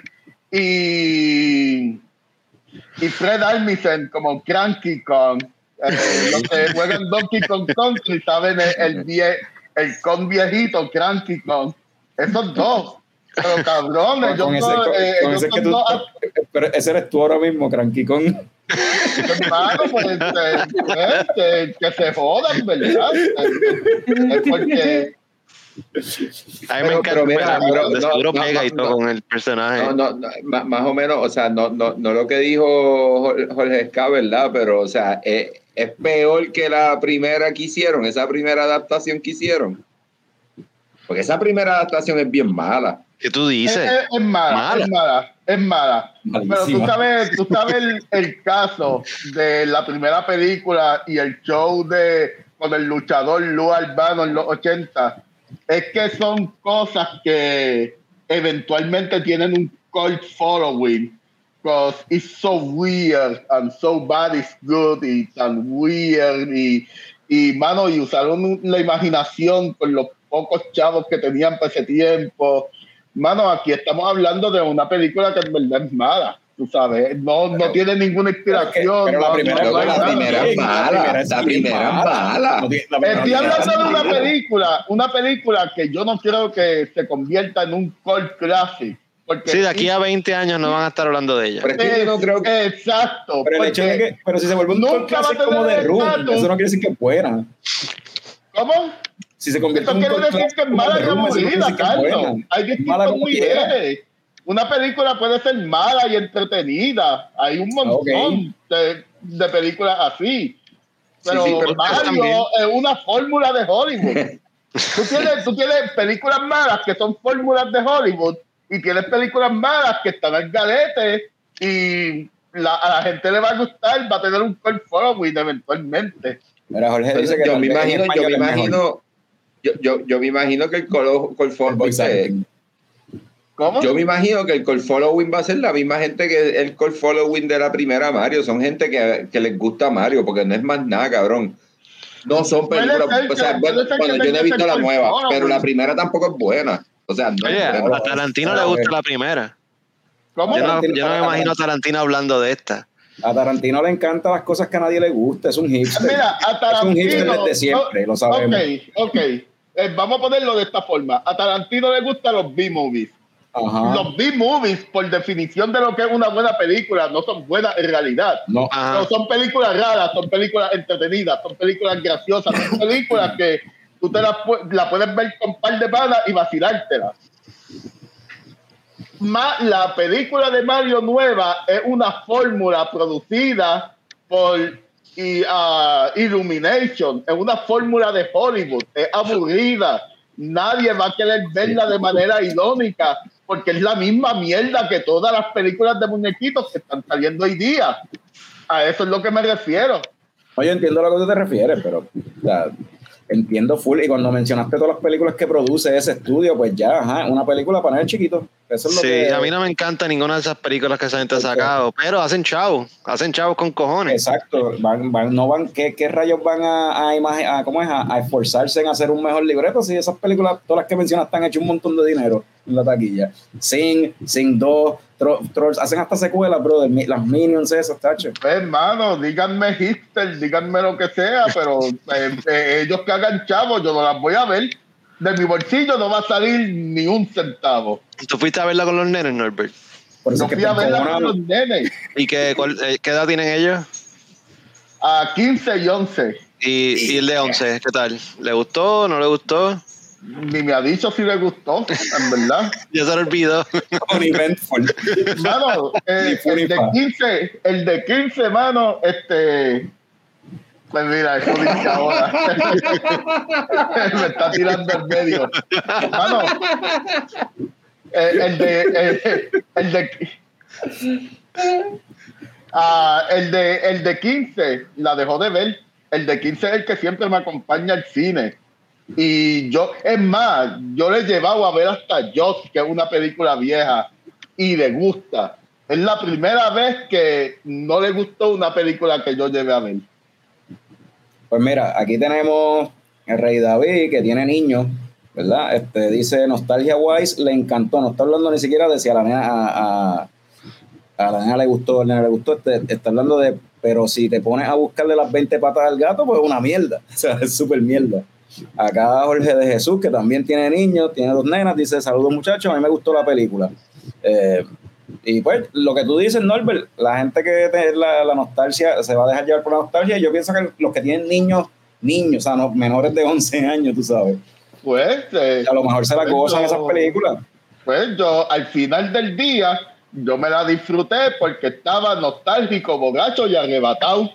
S1: y, y Fred Armisen como Cranky Kong. Eh, los que juegan Donkey Kong Country saben el, el, vie, el con viejito Cranky Kong. Esos dos. Pero cabrones,
S2: Con
S1: ellos
S2: ese,
S1: dos,
S2: con-
S1: eh,
S2: con
S1: ellos
S2: ese que
S1: son
S2: tú,
S1: dos act-
S2: pero ese eres tú ahora mismo, Cranky Kong.
S1: hermano, pues, eh, pues, que, que se jodan, ¿verdad? Es porque
S4: A mí me
S3: Pero-
S4: encanta,
S3: pero mira,
S4: pero,
S3: pero
S4: de
S3: no,
S4: seguro
S3: no,
S4: pega y
S3: no,
S4: todo
S3: no.
S4: con el personaje.
S3: No, no, no, ma- más o menos, o sea, no, no, no lo que dijo Jorge Jorge Esca, ¿verdad? Pero, o sea, es, es peor que la primera que hicieron, esa primera adaptación que hicieron. Porque esa primera adaptación es bien mala.
S4: ¿Qué tú
S1: es,
S4: dices?
S1: es- es mala,
S4: Mala.
S1: es mala, es mala. Pero tú
S2: Malísima.
S1: sabes, tú sabes el, el caso de la primera película y el show de con el luchador Lou Albano en los ochenta. Es que son cosas que eventualmente tienen un cult following. Because it's so weird and so bad is good y tan weird y, y mano, y usaron la imaginación con los pocos chavos que tenían para ese tiempo. Mano, aquí estamos hablando de una película que en verdad es mala, tú sabes, no, no tiene ninguna inspiración.
S2: Pero la
S1: no-
S2: primera,
S1: no-
S3: Loco,
S1: no hay
S3: la
S1: nada.
S3: primera es mala, la primera es mala.
S2: No tiene- la primera
S1: Estoy
S2: no tiene
S1: hablando de una
S2: sentido.
S1: película, una película que yo no quiero que se convierta en un cult classic. Porque
S4: Sí, de aquí a veinte años no van a estar hablando de ella.
S3: Pero es que yo no creo que...
S1: Exacto.
S2: Pero el hecho de
S1: porque-
S2: que, pero si se vuelve un
S1: nunca
S2: cult classic
S1: va a
S2: como
S1: tener
S2: de Room,
S1: estatus.
S2: eso no quiere decir que es buena.
S1: ¿Cómo?
S2: Si se convierte
S1: Eso
S2: en un
S1: quiere
S2: cult
S1: decir
S2: classic
S1: que es
S2: como
S1: mala
S2: The
S1: y
S2: Room, eso no quiere
S1: aburrida,
S2: decir que es
S1: Carlos.
S2: buena.
S1: Hay
S2: Es
S1: distintos
S2: mala como quiera.
S1: niveles. Una película puede ser mala y entretenida. Hay un montón
S2: Ok.
S1: de, de películas así. Pero,
S3: Sí, sí, pero
S1: Mario
S4: también.
S1: es una fórmula de Hollywood. tú, tienes, tú tienes películas malas que son fórmulas de Hollywood y tienes películas malas que están al garete y la, a la gente le va a gustar, va a tener un cult following eventualmente.
S2: Mira, Jorge dice que
S3: yo
S2: tal
S3: me
S2: vez en
S3: imagino, yo
S2: español
S3: me
S2: es mejor.
S3: imagino, yo, yo, yo me imagino que el col, col,
S2: El voice
S3: eh,
S2: acting.
S1: ¿Cómo?
S3: yo me imagino que el call following va a ser la misma gente que el call following de la primera Mario. Son gente que, que les gusta Mario, porque no es más nada, cabrón. No son
S1: Puede
S3: películas,
S1: ser
S3: o sea,
S1: que-
S3: bueno,
S1: puede ser
S3: bueno,
S1: que
S3: yo no he
S1: tenga
S3: visto
S1: ese
S3: la
S1: call
S3: nueva,
S1: following.
S3: pero la primera tampoco es buena. O sea, no
S4: Oye,
S3: es buena.
S4: a Tarantino le gusta la primera.
S1: ¿Cómo?
S4: Yo no,
S2: Tarantino-
S4: yo no me imagino a Tarantino hablando de esta.
S2: A Tarantino le encantan las cosas que a nadie le gusta, es un hipster.
S1: Mira, a Tarantino.
S2: Es un hipster desde siempre, lo sabemos.
S1: Ok, ok. Eh, vamos a ponerlo de esta forma. A Tarantino le gustan los B-movies.
S2: Ajá.
S1: Los B-movies, por definición de lo que es una buena película, no son buenas en realidad.
S2: No,
S4: Ajá.
S1: No, son películas raras, son películas entretenidas, son películas graciosas, son películas que tú te las pu- la puedes ver con un par de palas y vacilártelas. Ma- la película de Mario nueva es una fórmula producida por y, ah, Illumination, es una fórmula de Hollywood, es aburrida, nadie va a querer verla de manera irónica, porque es la misma mierda que todas las películas de muñequitos que están saliendo hoy día. A eso es lo que me refiero.
S2: Oye, entiendo a lo que tú te refieres, pero o sea, entiendo full. Y cuando mencionaste todas las películas que produce ese estudio, pues ya, ajá, una película para el chiquito. Eso es lo
S4: Sí,
S2: que,
S4: a mí no me encanta ninguna de esas películas que esa gente ha sacado, pero hacen chavo, hacen chavos con cojones.
S2: Exacto, van, van, no van, ¿qué, qué rayos van a, a, imagi- a, ¿cómo es? A, a esforzarse en hacer un mejor libreto? Si esas películas, todas las que mencionas, han hecho un montón de dinero en la taquilla. Sing, Sing dos, Tro- Trolls, hacen hasta secuelas, brother, mi- las Minions, esas, tacho.
S1: Pues, hermano, díganme hipster, díganme lo que sea, pero eh, eh, ellos que hagan chavos, yo no las voy a ver. De mi bolsillo no va a salir ni un centavo.
S4: ¿Tú fuiste a verla con los nenes, Norbert?
S2: Por eso
S1: No
S2: es que
S1: fui a
S2: están
S1: verla con
S2: cojonados.
S1: los nenes.
S4: ¿Y qué, cuál- eh, qué edad tienen ellos?
S1: A quince y once.
S4: Y, y el de once, ¿qué tal? ¿Le gustó? ¿No le gustó?
S1: ni me ha dicho si le gustó, en verdad.
S4: Ya se lo olvidó.
S1: Mano, eh, el de quince, el de quince, mano, este... Pues mira, eso dice ahora. Me está tirando en medio. Mano, eh, el de... Eh, el de... Uh, el de el de quince la dejó de ver. El de quince es el que siempre me acompaña al cine. Y yo, es más, yo le he llevado a ver hasta Jaws, que es una película vieja, y le gusta. Es la primera vez que no le gustó una película que yo llevé a ver.
S2: Pues mira, aquí tenemos el Rey David, que tiene niños, ¿verdad? Este, dice, Nostalgia Wise le encantó. No está hablando ni siquiera de si a la nena, a, a, a la nena le gustó, a la nena le gustó. Este, está hablando de, pero si te pones a buscarle las veinte patas al gato, pues es una mierda. O sea, es súper mierda. Acá Jorge de Jesús, que también tiene niños, tiene dos nenas, dice, saludos muchachos, a mí me gustó la película. Eh, y pues, lo que tú dices, Norbert, la gente que tiene la, la nostalgia, se va a dejar llevar por la nostalgia, y yo pienso que los que tienen niños, niños, o sea, no, menores de once años, tú sabes.
S1: Pues, eh,
S2: a lo mejor se la
S1: pues
S2: gozan
S1: yo,
S2: esas películas.
S1: Pues yo, al final del día, yo me la disfruté porque estaba nostálgico, borracho y arrebatado.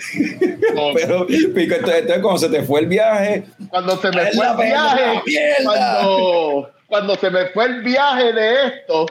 S2: Pero, Pico, entonces, entonces, cuando se te fue el viaje,
S1: cuando se me fue el viaje, cuando, cuando se me fue el viaje de esto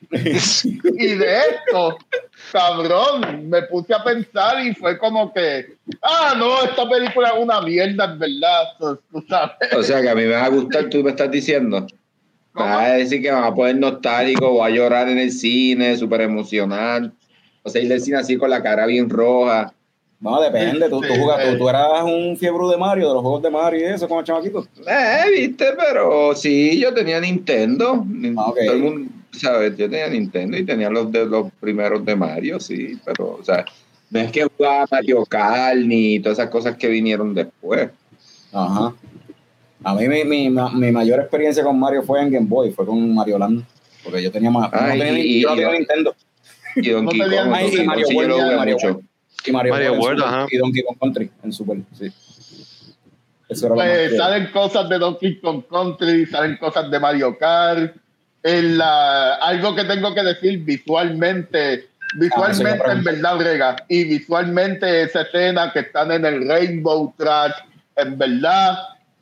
S1: y de esto, cabrón, me puse a pensar y fue como que, ah, no, esta película es una mierda, en verdad, tú, tú sabes.
S3: O sea, que a mí me va a gustar, tú me estás diciendo. Me vas a decir que me va a poner nostálgico, voy a llorar en el cine, súper emocional. O sea, ir del cine así con la cara bien roja.
S2: No, depende, tú, tú, jugas, tú, tú eras un fiebre de Mario, de los juegos de Mario y eso, como chamaquito.
S3: Eh, viste, pero sí, yo tenía Nintendo.
S2: Ah, okay.
S3: Todo el mundo, ¿sabes? Yo tenía Nintendo y tenía los de los primeros de Mario, sí, pero, o sea, no es que jugaba Mario Kart ni todas esas cosas que vinieron después.
S2: Ajá. A mí mi, mi, mi mayor experiencia con Mario fue en Game Boy, fue con Mario Land, porque yo tenía más,
S3: Ay,
S2: no tenía,
S3: y,
S2: yo no tenía
S3: y,
S2: Nintendo.
S3: Y Donkey Kong,
S2: no Ay, y Mario World,
S3: lo
S2: Mario
S3: mucho.
S2: World. Y Mario,
S4: Mario
S2: World,
S4: World,
S2: Super,
S4: ajá.
S2: Y Donkey Kong Country en Super, sí. Eso era
S1: Pues
S2: lo
S1: salen cosas de Donkey Kong Country, salen cosas de Mario Kart. En la, algo que tengo que decir visualmente, visualmente ah, en verdad brega. Y visualmente esa escena que están en el Rainbow Track, en verdad,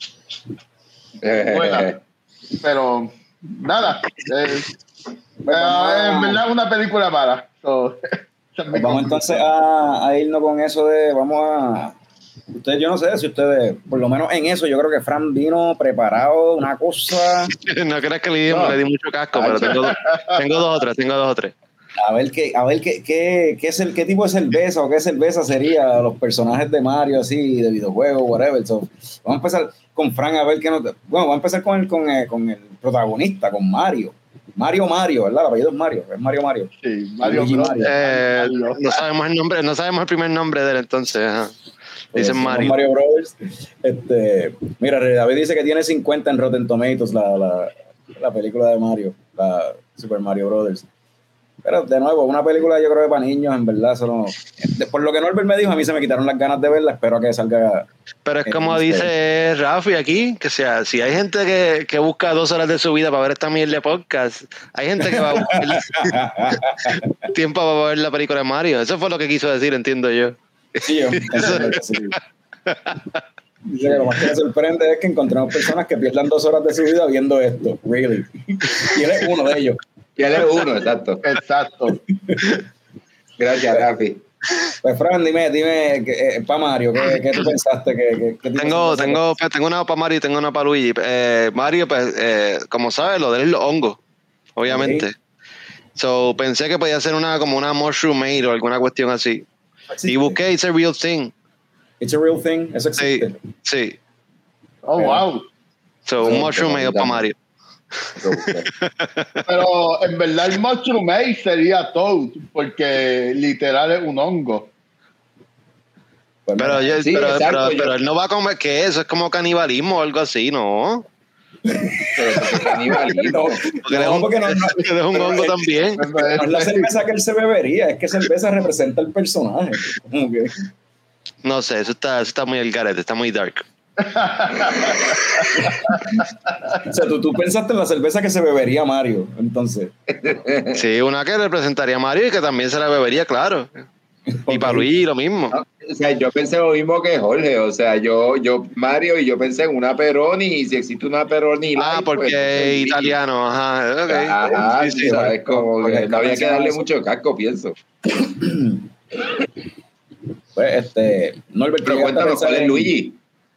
S1: buena. Pero nada, eh,
S2: pues
S1: eh, en verdad una película mala. So,
S2: pues vamos entonces a, a irnos con eso de, vamos a, ustedes, yo no sé si ustedes, por lo menos en eso, yo creo que Fran vino preparado, una cosa.
S4: No creas que le di, no. le di mucho casco, pero tengo, tengo dos o tres, tengo dos o tres.
S2: A ver qué, a ver qué, qué, qué, es el, qué tipo de cerveza o qué cerveza sería los personajes de Mario así, de videojuegos, whatever. So, vamos a empezar con Fran a ver qué nos. Bueno, vamos a empezar con el, con el, con el protagonista, con Mario. Mario Mario, ¿verdad? El apellido es Mario, es Mario Mario.
S1: Sí, Mario,
S2: Mario.
S4: Eh, Mario. No sabemos el nombre, no sabemos el primer nombre de él entonces. Ajá. Dicen
S2: sí,
S4: Mario.
S2: Mario Brothers. Este, mira, David dice que tiene cincuenta en Rotten Tomatoes la, la, la película de Mario, la Super Mario Brothers. Pero de nuevo, una película yo creo que para niños, en verdad, eso no, por lo que Norbert me dijo, a mí se me quitaron las ganas de verla, espero a que salga.
S4: Pero es como dice Rafi aquí, que sea, si hay gente que, que busca dos horas de su vida para ver esta mierda de podcast, hay gente que va a buscar tiempo para ver la película de Mario. Eso fue lo que quiso decir, entiendo yo.
S2: Sí, yo entiendo que sí. Dice que lo más que me sorprende es que encontramos personas que pierdan dos horas de su vida viendo esto, really. Y él es uno de ellos.
S3: Y él es uno, exacto.
S1: Exacto.
S3: Gracias, Rafi.
S2: Pues, Fran, dime, dime, eh, para Mario, ¿qué, ¿qué tú pensaste? ¿Qué, qué, qué
S4: tengo, tengo, pues, tengo una para Mario y tengo una para Luigi. Eh, Mario, pues, eh, como sabes, lo de él es los hongos, obviamente. Okay. So, pensé que podía ser una como una mushroom made o alguna cuestión así. Sí, y busqué It's a Real Thing.
S2: It's a Real Thing, eso existe.
S4: Sí. sí.
S1: Oh, okay. Wow.
S4: So, un mushroom made para Mario.
S1: Pero en verdad el mushroom made sería Toad, porque literal es un hongo.
S4: Pero, yo, sí, pero, exacto, pero, yo... pero él no va a comer, que eso es como canibalismo o algo así, ¿no?
S3: Pero canibalismo.
S4: Porque no, es un, porque no, no, es un hongo
S2: no,
S4: también.
S2: No es la cerveza que él se bebería, es que cerveza representa el personaje. Como que...
S4: No sé, eso está, eso está muy el garete, está muy dark.
S2: O sea, tú, tú pensaste en la cerveza que se bebería Mario, entonces.
S4: Sí, una que representaría a Mario y que también se la bebería, claro. Y para Luigi lo mismo.
S3: No, o sea, yo pensé lo mismo que Jorge, o sea, yo, yo Mario y yo pensé en una Peroni y si existe una Peroni
S4: Ah,
S3: light,
S4: porque
S3: pues,
S4: es italiano, ajá, okay.
S3: Ajá,
S4: Sí, sí,
S3: sabes, como que no había que darle
S2: eso.
S3: mucho casco, pienso.
S2: Pues, este, Norbert,
S3: Pero
S2: ¿tú llegaste a
S3: cuéntanos,
S2: pensar
S3: ¿cuál es
S2: en-
S3: Luigi?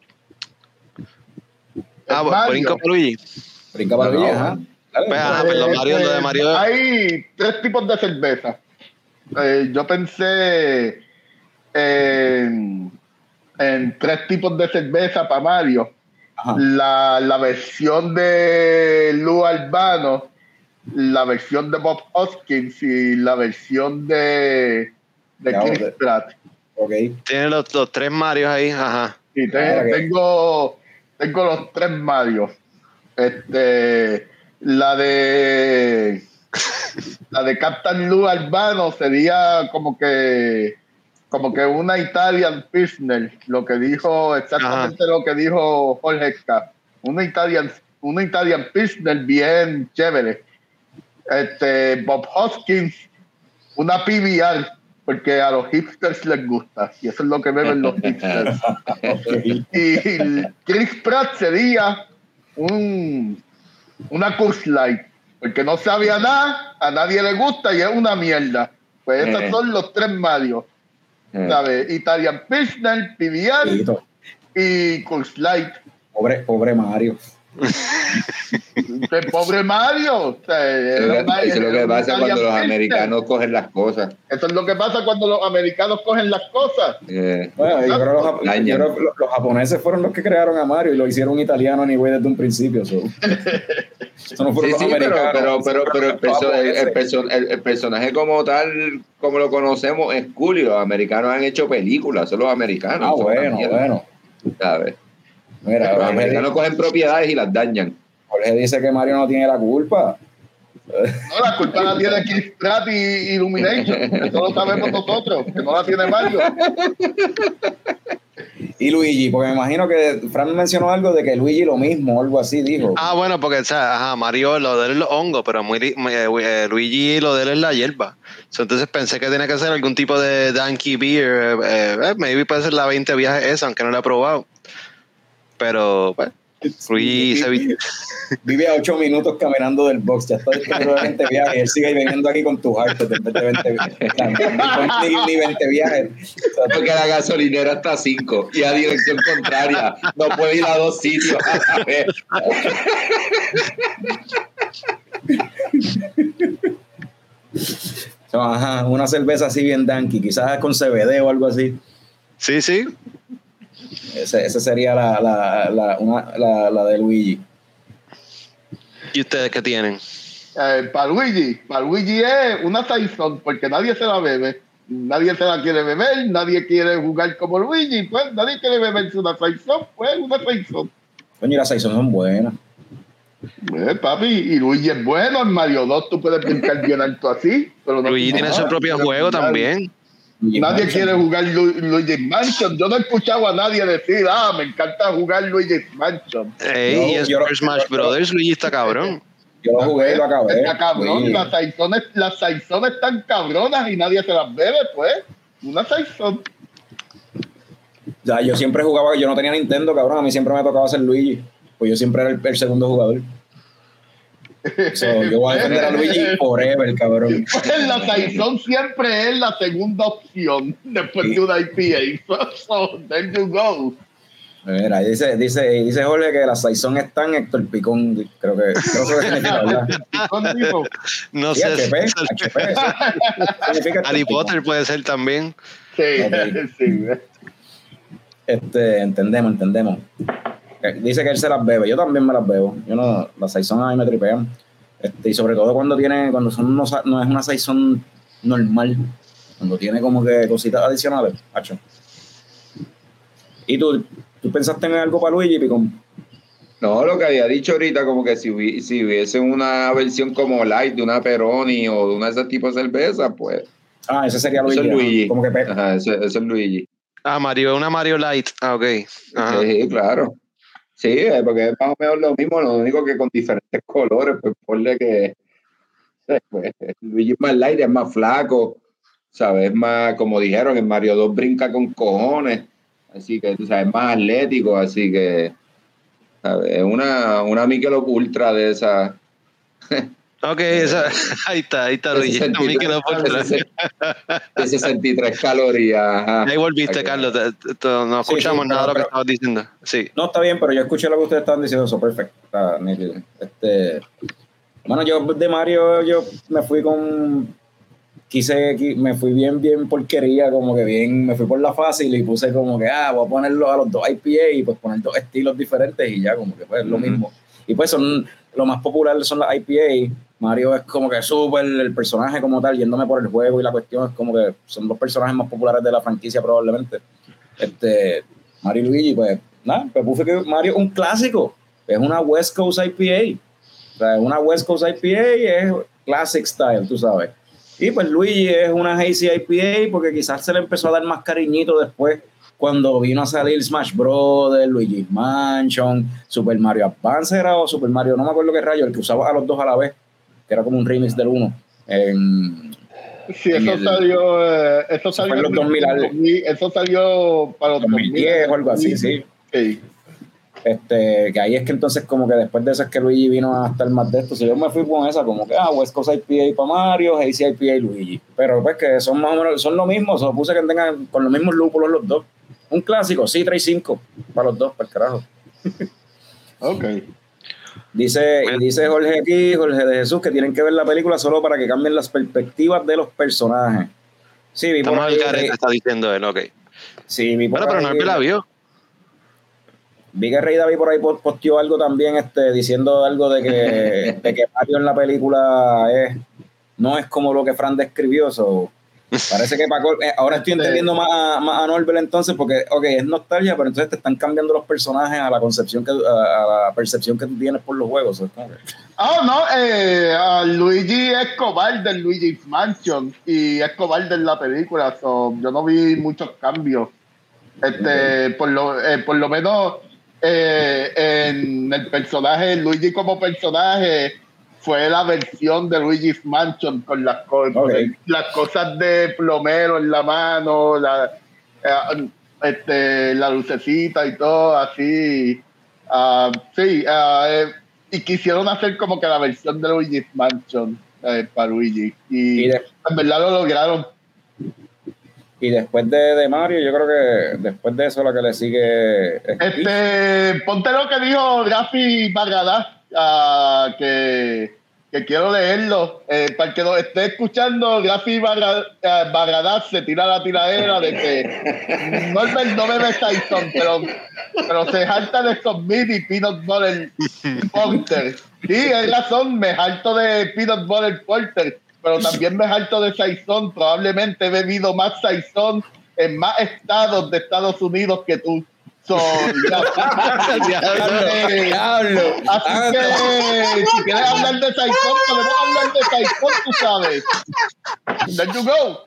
S4: Ah,
S1: Mario.
S4: brinco para Luigi.
S2: Brinca para
S3: No,
S2: Luigi,
S3: no.
S2: ajá. Dale.
S4: Pues, ajá,
S1: Eh,
S4: perdón, Mario, lo de
S1: eh,
S4: Mario.
S1: Hay tres tipos de cerveza. Eh, yo pensé en, en tres tipos de cerveza para Mario.
S2: Ajá.
S1: La, la versión de Lou Albano, la versión de Bob Hoskins y la versión de, de
S2: Ya,
S1: Chris
S2: de-
S1: Pratt.
S2: Ok.
S4: Tiene los, los tres Marios ahí, ajá.
S1: Sí, te-
S2: Ahora que-
S1: tengo, tengo los tres Marios. Este, la de la de Captain Lou Albano sería como que como que una Italian Pilsner, lo que dijo exactamente lo que dijo Jorge K. Una Italian, una Italian Pilsner bien chévere. Este, Bob Hoskins, una P B R, porque a los hipsters les gusta y eso es lo que beben los hipsters. Y Chris Pratt sería un una Coors Light, porque no sabía nada, a nadie le gusta y es una mierda. Pues esos
S3: Eh.
S1: son los tres Marios,
S3: Eh,
S1: ¿sabes? Italian Pilsner, P B R
S2: Listo.
S1: y Coors Light.
S2: Pobre, pobre Mario.
S1: ¡Qué pobre Mario! O sea,
S3: Eso
S1: era
S3: es lo
S1: una-
S3: que- eso es lo
S1: era
S3: que
S1: un
S3: pasa
S1: Italian
S3: cuando los
S1: Pilsner.
S3: americanos cogen las cosas.
S1: Eso es lo que pasa cuando los americanos cogen las cosas.
S3: Eh,
S2: Bueno, yo creo que los, jap-
S3: Dañan.
S2: yo creo que los- los japoneses fueron los que crearon a Mario y lo hicieron italiano ni güey desde un principio. So. Eso no fueron
S3: sí,
S2: los
S3: sí, pero,
S2: americanos.
S3: pero, pero, pero el,
S2: Los
S3: perso- el, el
S2: japoneses.
S3: perso- el- el personaje como tal, como lo conocemos, es cool y los americanos han hecho películas, son los americanos.
S2: Ah,
S3: son una
S2: bueno,
S3: mierda,
S2: bueno.
S3: ¿sabes?
S2: Mira,
S3: Los
S2: Jorge,
S3: americanos cogen propiedades y las dañan.
S2: Jorge dice que Mario no tiene la culpa.
S1: No, la culpa la tiene Chris Pratt y Illumination. Eso lo sabemos nosotros, que no la tiene Mario.
S2: Y Luigi, porque me imagino que Fran mencionó algo de que Luigi lo mismo, algo así dijo.
S4: Ah, bueno, porque o sea, ajá, Mario lo de él es los hongos, pero muy, muy, eh, Luigi lo de él es la hierba. So, entonces pensé que tenía que ser algún tipo de Donkey Beer. Eh, eh, maybe puede ser la veinte viajes esa, aunque no la he probado. Pero, pues, Luigi se vi-
S2: Vive a ocho minutos caminando del box, ya está después de veinte viajes. Él sigue viniendo aquí con tus artes después de veinte viajes. Ni, ni veinte viajes. O sea,
S3: Porque la gasolinera está a cinco y a dirección contraria. No puede ir a dos sitios a la vez.
S2: ajá, una cerveza así bien danky, quizás con C B D o algo así.
S4: Sí, sí.
S2: Ese, ese sería la, la, la, una, la, la de Luigi.
S4: ¿Y ustedes qué tienen?
S1: Eh, para Luigi, para Luigi es una Saison, porque nadie se la bebe. Nadie se la quiere beber, nadie quiere jugar como Luigi, pues nadie quiere beberse una Saison, pues una Saison.
S2: Coño, las Saison son buenas.
S1: Eh, papi, y Luigi es bueno, en Mario dos tú puedes brincar bien alto así. Pero no,
S4: Luigi tiene
S1: no,
S4: su propio
S1: no,
S4: juego
S1: no,
S4: también.
S2: Luigi
S1: Nadie
S2: Mansion.
S1: quiere jugar Lu- Luigi's Mansion. Yo no he escuchado a nadie decir, ah, me encanta jugar Luigi's Mansion.
S4: Ey,
S2: Yo-
S4: y es
S2: yo-
S4: Super Smash Brothers, Luigi está cabrón.
S2: Yo lo jugué y lo acabé.
S1: Está cabrón,
S2: Luigi.
S1: las Saizones, las Saizones están cabronas y nadie se las bebe, pues. Una Saison.
S2: O sea, yo siempre jugaba, yo no tenía Nintendo, cabrón, a mí siempre me tocaba ser Luigi, pues yo siempre era el, el segundo jugador. So, yo voy a defender a Luigi forever, cabrón.
S1: Pues la Saison siempre es la segunda opción después de una I P A. So, there you go.
S2: Mira, dice, dice, dice Jorge que las Saison están Héctor Picón, creo que, creo que significa, ¿verdad?
S1: Con tipo,
S4: No
S2: Y
S4: sé.
S2: H P, H P, eso significa Héctor
S4: Harry
S2: Picón.
S4: Potter puede ser también.
S1: sí,
S2: Ok.
S1: sí.
S2: Este, entendemos, entendemos. Eh, Dice que él se las bebe, yo también me las bebo. Yo no, las Saison a mí me tripean. Este, y sobre todo cuando tiene, cuando son unos, no es una Saison normal, cuando tiene como que cositas adicionales, hacho. ¿Y tú, tú pensaste en algo para Luigi, Picón?
S3: No, lo que había dicho ahorita, como que si, hubi- si hubiese una versión como light de una Peroni o de una de ese tipo de cerveza, pues
S2: Ah, ese sería Luigi.
S3: eso es
S2: ajá.
S3: Luigi.
S2: Como que pe-
S3: Ajá, eso, eso es Luigi.
S4: Ah, Mario, una Mario Light. Ah, ok. Ajá.
S3: Sí, claro. Sí, porque es más o menos lo mismo, lo único que con diferentes colores, pues ponle que pues, Luigi es más light, es más flaco, ¿sabes? Es más, como dijeron, en Mario dos brinca con cojones, así que tú sabes, es más atlético, así que, ¿sabes? Es una, una Michelob Ultra de esa.
S4: Ok, esa, ahí está, ahí está Luigi. A mí que no
S3: de sesenta y tres calorías. Ajá.
S4: Ahí volviste, okay. Carlos. Te, te, no escuchamos sí, sí, nada de lo que estabas diciendo. Sí.
S2: No, está bien, pero yo escuché lo que ustedes estaban diciendo. Eso, perfecto. Está nítido. Este, bueno, yo de Mario, yo me fui con. Quise, me fui bien, bien porquería, como que bien, me fui por la fácil y puse como que, ah, voy a ponerlo a los dos I P A y pues poner dos estilos diferentes y ya, como que pues mm-hmm. lo mismo. Y pues son, lo más popular son las I P A. Mario es como que súper el personaje como tal, yéndome por el juego y la cuestión es como que son los personajes más populares de la franquicia probablemente. Este, Mario y Luigi, pues nada, pues puse que Mario es un clásico, es una West Coast I P A. O sea, una West Coast I P A es classic style, tú sabes. Y pues Luigi es una Hazy I P A porque quizás se le empezó a dar más cariñito después cuando vino a salir Smash Brothers, Luigi's Mansion, Super Mario Advance era o Super Mario, no me acuerdo qué rayo, el que usaba a los dos a la vez, que era como un remix del uno. En,
S1: sí, en eso el, salió, eh, eso salió en
S2: los dos mil,
S1: eso salió para los
S2: dos mil diez o algo así, sí.
S1: Sí.
S2: Este, que ahí es que entonces como que después de eso es que Luigi vino a estar más de esto. Si yo me fui con esa como que ah West Coast I P A para Mario, Hazy I P A y Luigi, pero pues que son más o menos son lo mismo, se lo puse que tengan con los mismos lúpulos los dos, un clásico, sí, trae cinco para los dos, para el carajo.
S1: Ok.
S2: Dice, y dice Jorge aquí, Jorge de Jesús, que tienen que ver la película solo para que cambien las perspectivas de los personajes. Sí, vi por ahí,
S4: ahí está diciendo él, ok.
S2: Sí, vi por
S4: bueno, pero
S2: ahí,
S4: no la vio.
S2: Vi que Rey David por ahí posteó algo también este, diciendo algo de que, de que Mario en la película es, no es como lo que Fran describió. So, parece que Paco, eh, ahora estoy entendiendo más a, más a Norbert entonces, porque ok, es nostalgia, pero entonces te están cambiando los personajes a la concepción que a, a la percepción que tú tienes por los juegos. So, okay.
S1: Oh, no, eh, uh, Luigi es cobarde en Luigi's Mansion y es cobarde en la película. So, yo no vi muchos cambios. Este, okay. por lo, eh, por lo menos. Eh, en el personaje, Luigi como personaje fue la versión de Luigi's Mansion con las, co- okay. con las cosas de plomero en la mano, la, eh, este, la lucecita y todo así. Uh, sí, uh, eh, y quisieron hacer como que la versión de Luigi's Mansion eh, para Luigi. Y, y de- en verdad lo lograron.
S2: Y después de, de Mario, yo creo que después de eso la que le sigue es
S1: este ponte lo que dijo Rafi Barradas, uh, que, que quiero leerlo eh, para el que nos esté escuchando. Rafi Barradas se tira la tiradera de que no, no bebe Saison, pero, pero se jalta de estos mini peanut butter porter. Sí, es razón, me jalto de peanut butter porter, pero también me jalto de Saison. Probablemente he bebido más Saison en más estados de Estados Unidos que tú. So, ya,
S2: diablo,
S1: así que si quieres hablar de Saison, podemos hablar de Saison, tú sabes. There you go.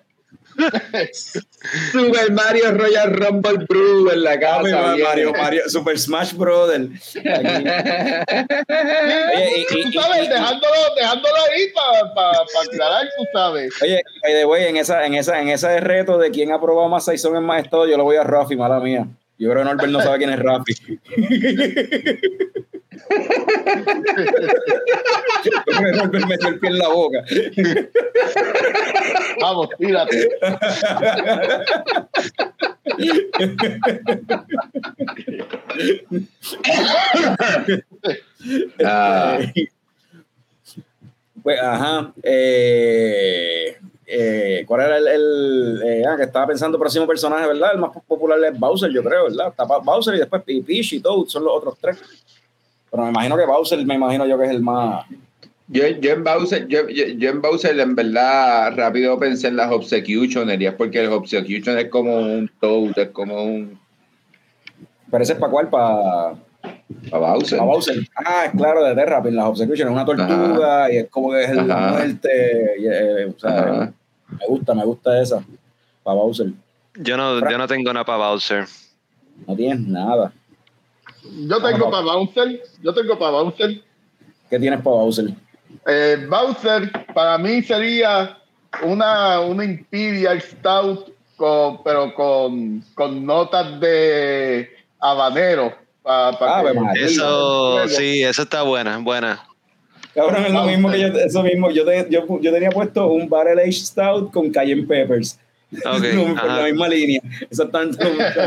S3: Super Mario Royal Rumble Brew en la casa.
S2: Mario, Mario, Mario, Super Smash Brothers.
S1: Sí, Oye, y, y, tú sabes, y, dejándolo, dejándolo ahí para pa, pa aclarar, tú sabes.
S2: Oye, by the way, en esa, en esa, en ese reto de quién ha probado más Saison en más estado, yo lo voy a Rafi, mala mía. Yo creo que Norbert no sabe quién es Rafi. Yo creo que Norbert metió el pie en la boca.
S1: Vamos, tírate.
S2: ah. Pues, ajá. Eh, eh, ¿Cuál era el, el eh, ah, que estaba pensando próximo personaje, verdad? El más popular es Bowser, yo creo, ¿verdad? Está Bowser y después Peach y Toad son los otros tres. Pero me imagino que Bowser, me imagino yo que es el más...
S3: Yo, yo, en Bowser, yo, yo, yo en Bowser, en verdad, rápido pensé en las Obsecutionerías, porque el Obsecution es como un Toad, es como un...
S2: ¿Pero ese es para cuál? Para...
S3: Para Bowser.
S2: Para Bowser. Ah, es claro, de Terrapin, las Obsecution, es una tortuga. Ajá. Y es como que es el muerte. Y, eh, o sea, me gusta, me gusta esa. Para Bowser.
S4: Yo no, yo no tengo nada para Bowser.
S2: No tienes nada.
S1: Yo tengo para Bowser. Yo tengo para Bowser.
S2: ¿Qué tienes para Bowser?
S1: Eh, Bowser para mí sería una, una Imperial Stout, con, pero con, con notas de habanero. Pa, pa
S2: Ah,
S1: que,
S4: eso, sí, eso está buena, buena.
S2: Cabrón, es lo mismo que yo, eso mismo. Yo, te, yo, yo tenía puesto un Barrel Aged Stout con Cayenne Peppers.
S4: Okay,
S2: por la misma línea. Exactamente.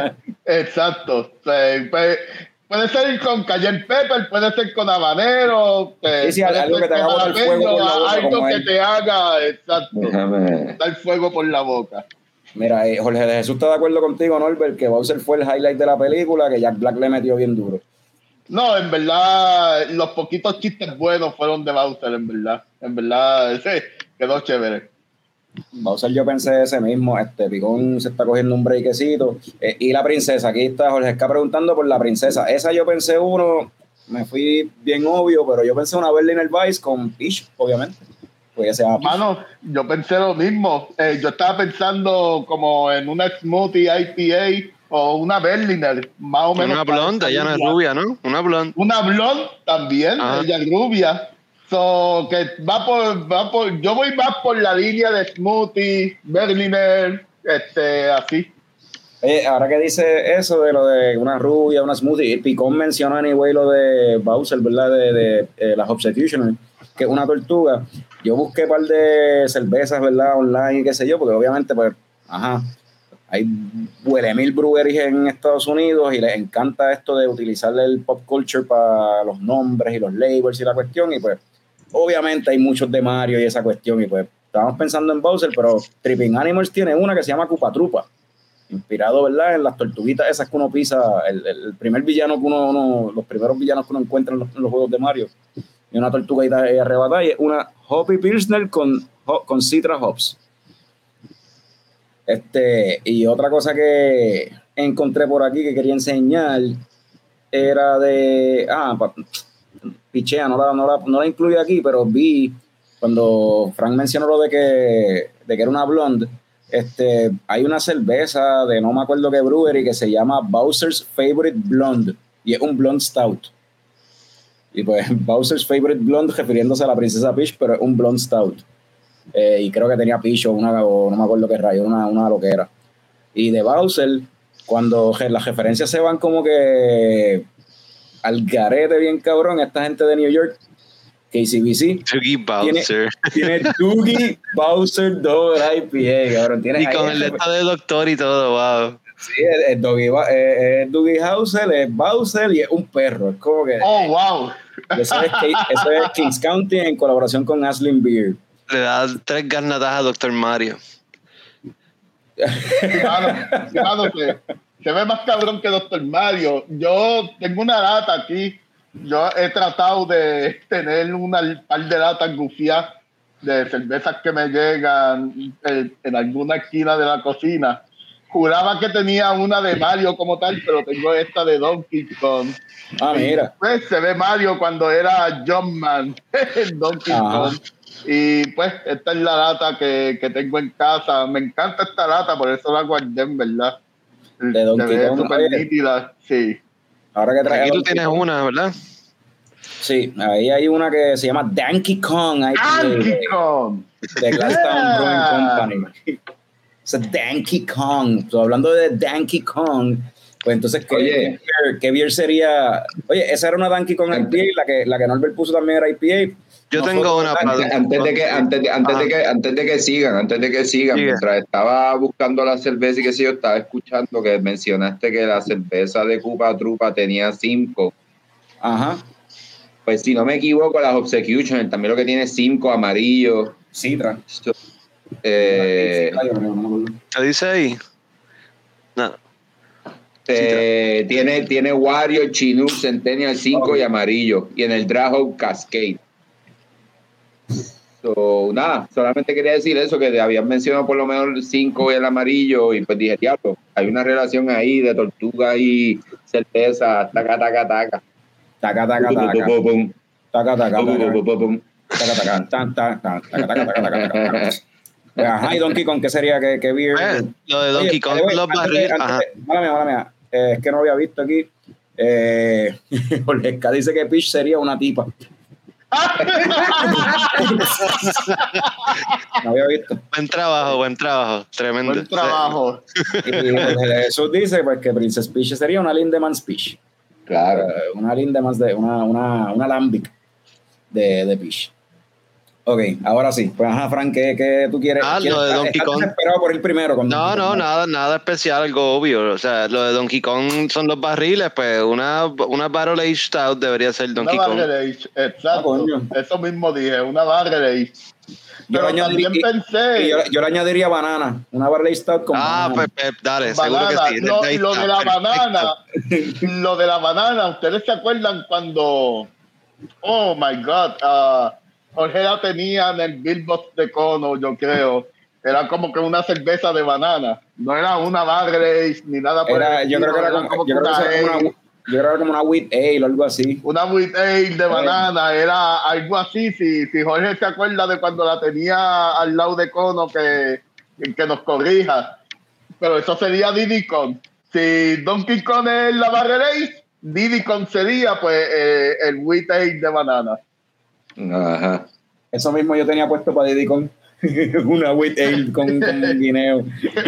S1: Exacto. Pues, pues, puede ser con Cayenne Pepper, puede ser con habanero.
S2: Sí, sí, algo que te haga botar fuego por la boca.
S1: Algo que él. te haga, exacto,
S3: Déjame.
S1: dar fuego por la boca.
S2: Mira, eh, Jorge de Jesús está de acuerdo contigo, Norbert, que Bowser fue el highlight de la película, que Jack Black le metió bien duro.
S1: No, en verdad, los poquitos chistes buenos fueron de Bowser, en verdad. En verdad, sí, quedó chévere.
S2: Bowser, yo pensé ese mismo, este Picón se está cogiendo un breakecito. Eh, y la princesa, aquí está Jorge está preguntando por la princesa. Esa yo pensé uno, me fui bien obvio, pero yo pensé una Berliner Weiss con Peach, obviamente. Pues ya sea
S1: Mano, yo pensé lo mismo. Eh, yo estaba pensando como en una Smoothie I P A o una Berliner, más o menos.
S4: Una blonde, ella no es rubia, ¿no? Una blonde.
S1: Una blonde también,
S4: Ajá.
S1: ella es rubia. So, que va por, va por, yo voy más por la línea de Smoothie, Berliner, este, así.
S2: Eh, ahora que dice eso de lo de una rubia, una smoothie, Picón mencionó anyway lo de Bowser, ¿verdad? De, de eh, las Obsecutioner, que es una tortuga. Yo busqué un par de cervezas, ¿verdad? Online y qué sé yo, porque obviamente, pues, ajá, hay huele mil breweries en Estados Unidos y les encanta esto de utilizar el pop culture para los nombres y los labels y la cuestión, y pues, obviamente hay muchos de Mario y esa cuestión, y pues, estábamos pensando en Bowser, pero Tripping Animals tiene una que se llama Koopa Troopa, inspirado, ¿verdad?, en las tortuguitas esas que uno pisa, el, el primer villano que uno, uno, los primeros villanos que uno encuentra en los, en los juegos de Mario, y una tortuguita arrebatada, y una Hoppy Pilsner con, con Citra Hops. Este, y otra cosa que encontré por aquí que quería enseñar era de, ah, pa, pichea, no la, no, la, no la incluí aquí, pero vi cuando Frank mencionó lo de que, de que era una blonde. Este, hay una cerveza de no me acuerdo qué brewery que se llama Bowser's Favorite Blonde y es un blonde stout, y pues Bowser's Favorite Blonde refiriéndose a la princesa Peach, pero es un blonde stout, eh, y creo que tenía Peach o, una, o no me acuerdo qué rayo, una, una loquera. Y de Bowser, cuando las referencias se van como que al garete bien cabrón, esta gente de New York, K C B C
S4: Doogie Bowser.
S2: Tiene, tiene Doogie Bowser Double I P A, cabrón. Tienes
S4: y con el estado de doctor y todo, wow.
S2: Sí, es, es Doogie, eh, es Doogie Howser, es Bowser y es un perro. Es como que.
S1: Oh, wow.
S2: Eso es, eso es Kings County en colaboración con Aslin Beer.
S4: Le da tres garnatas a doctor Mario.
S1: Claro, claro, se, se ve más cabrón que doctor Mario. Yo tengo una lata aquí. Yo he tratado de tener una par de latas gufiadas de cervezas que me llegan en, en alguna esquina de la cocina. Juraba que tenía una de Mario como tal, pero tengo esta de Donkey Kong.
S2: Ah, mira.
S1: Pues se ve Mario cuando era Jumpman en Donkey Kong. Y pues esta es la lata que, que tengo en casa. Me encanta esta lata, por eso la guardé, en verdad.
S2: De Donkey
S1: se ve
S2: Kong.
S1: súper nítida, sí.
S2: Ahora que trae
S4: aquí tú tienes Kong. Una, ¿verdad?
S2: Sí, ahí hay una que se llama Donkey Kong.
S1: Donkey Kong.
S2: De Glasstown Brewing Company. Es Donkey Kong. So, hablando de Donkey Kong, pues entonces, ¿qué,
S3: Oye,
S2: ¿qué, beer, ¿qué beer sería? Oye, esa era una Donkey Kong I P A, la que, la que Norbert puso también era I P A.
S4: Yo no tengo una
S3: antes, antes de que antes de, antes de que antes de que sigan antes de que sigan
S4: Sigue.
S3: Mientras estaba buscando la cerveza y que sé yo, estaba escuchando que mencionaste que la cerveza de Koopa Troopa tenía cinco.
S2: Ajá.
S3: Pues si no me equivoco, las Obsecutioner también lo que tiene cinco amarillo.
S2: Citra.
S3: Eh,
S4: ¿Qué dice ahí? No.
S3: eh, tiene tiene Wario, Chinook, Centennial cinco okay. Y amarillo, y en el Dragon Cascade. So, nada, solamente quería decir eso, que habían mencionado por lo menos cinco y el amarillo, y pues dije, diablo, hay una relación ahí de tortuga y cerveza, taca, taca, taca.
S2: Taca, taca, taca. Taca, taca, taca. Taca, taca, tan, tan, tan, taca, taca, taca, taca, taca. Ajá, y Donkey Kong, ¿qué sería? ¿Qué, qué beer?
S4: Eh, lo de Donkey
S2: Oye,
S4: Kong,
S2: oye,
S4: los
S2: antes de-
S4: barriles.
S2: antes
S4: Ajá.
S2: de- Mala mía, mala mía. Eh, es que no había visto aquí. Eh, Jorge K dice que Peach sería una tipa. No había visto.
S4: Buen trabajo, buen trabajo. Tremendo.
S1: Buen trabajo.
S2: Y Jorge Jesús dice pues, que Princess Peach sería una Lindemann Peach.
S3: Claro.
S2: Eh, una Lindemann de una, una, una Lambic de, de Peach. Ok, ahora sí. Pues ajá, Frank, ¿qué, qué tú quieres?
S4: Ah,
S2: ¿Quieres
S4: lo de
S2: estar-
S4: Donkey
S2: estás
S4: Kong.
S2: desesperado por ir primero con
S4: No,
S2: Donkey
S4: no,
S2: Kong?
S4: nada, nada especial, algo obvio. O sea, lo de Donkey Kong son los barriles, pues una, una Battle Age Stout debería ser
S1: Una
S4: Donkey Kong.
S1: Barrel Age,
S2: Ah,
S1: exacto.
S2: coño.
S1: Eso mismo dije, una Barrel Age.
S2: Yo,
S1: Pero
S2: le añadiría,
S1: también pensé.
S2: y yo, yo le añadiría banana. Una Barley Stout con
S4: Ah,
S2: banana.
S4: pues, pues, dale, seguro
S1: banana.
S4: que sí.
S1: Lo,
S4: Ahí
S1: lo
S4: está,
S1: de la
S4: perfecto.
S1: banana, lo de la banana, ¿ustedes se acuerdan cuando, oh my God, uh, Jorge la tenía en el Billboard de Cono, yo creo, era como que una cerveza de banana, no era una Barley ni nada por
S2: Era,
S1: el
S2: yo creo que
S1: estilo,
S2: era como, yo
S1: que
S2: creo que
S1: una
S2: eso era como una,
S1: ale,
S2: yo creo que era como una wheat ale o algo así.
S1: una wheat ale de banana, era algo así. Si, si Jorge se acuerda de cuando la tenía al lado de Cono, que, que nos corrija. Pero eso sería Diddy Kong. Si Donkey Kong es la Barrel Ace, Diddy Kong sería pues eh, el wheat ale de banana.
S3: Ajá.
S2: Eso mismo yo tenía puesto para Diddy Kong. Una wheat ale con, con guineo.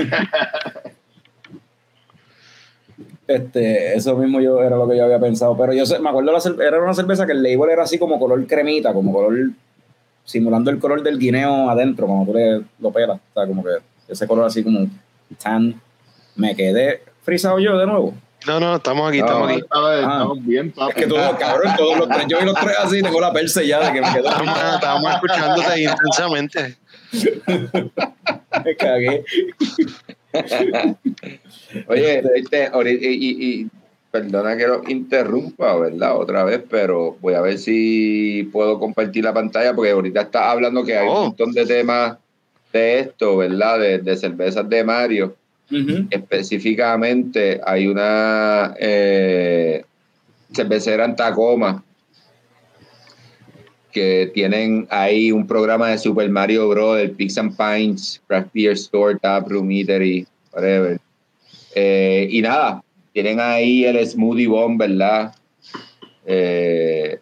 S2: Este, eso mismo yo era lo que yo había pensado. Pero yo sé, me acuerdo, la cerve- era una cerveza que el label era así como color cremita, como color, simulando el color del guineo adentro, cuando tú le, lo pelas. O sea, como que ese color así como tan. Me quedé frisado yo de nuevo.
S4: No, no, estamos aquí,
S3: No,
S4: estamos aquí.
S1: A ver,
S2: Ah.
S1: estamos bien, papi.
S2: Es que todos, cabrón, todos los tres, yo vi los tres así, tengo la perse ya de que me quedé.
S4: Estamos, estábamos escuchándote intensamente.
S2: Me cagué.
S3: Oye, este, ahorita- y, y- y perdona que lo interrumpa, ¿verdad? Otra vez, pero voy a ver si puedo compartir la pantalla, porque ahorita está hablando que hay
S4: Oh.
S3: un montón de temas de esto, ¿verdad? De, de cervezas de Mario.
S2: Uh-huh.
S3: Específicamente hay una eh, cervecera en Tacoma que tienen ahí un programa de Super Mario Bros. El Pix and Pints, Craft Beer Store, Taproom, Eatery, whatever. Eh, y nada, tienen ahí el Smoothie Bomb, ¿verdad? Eh,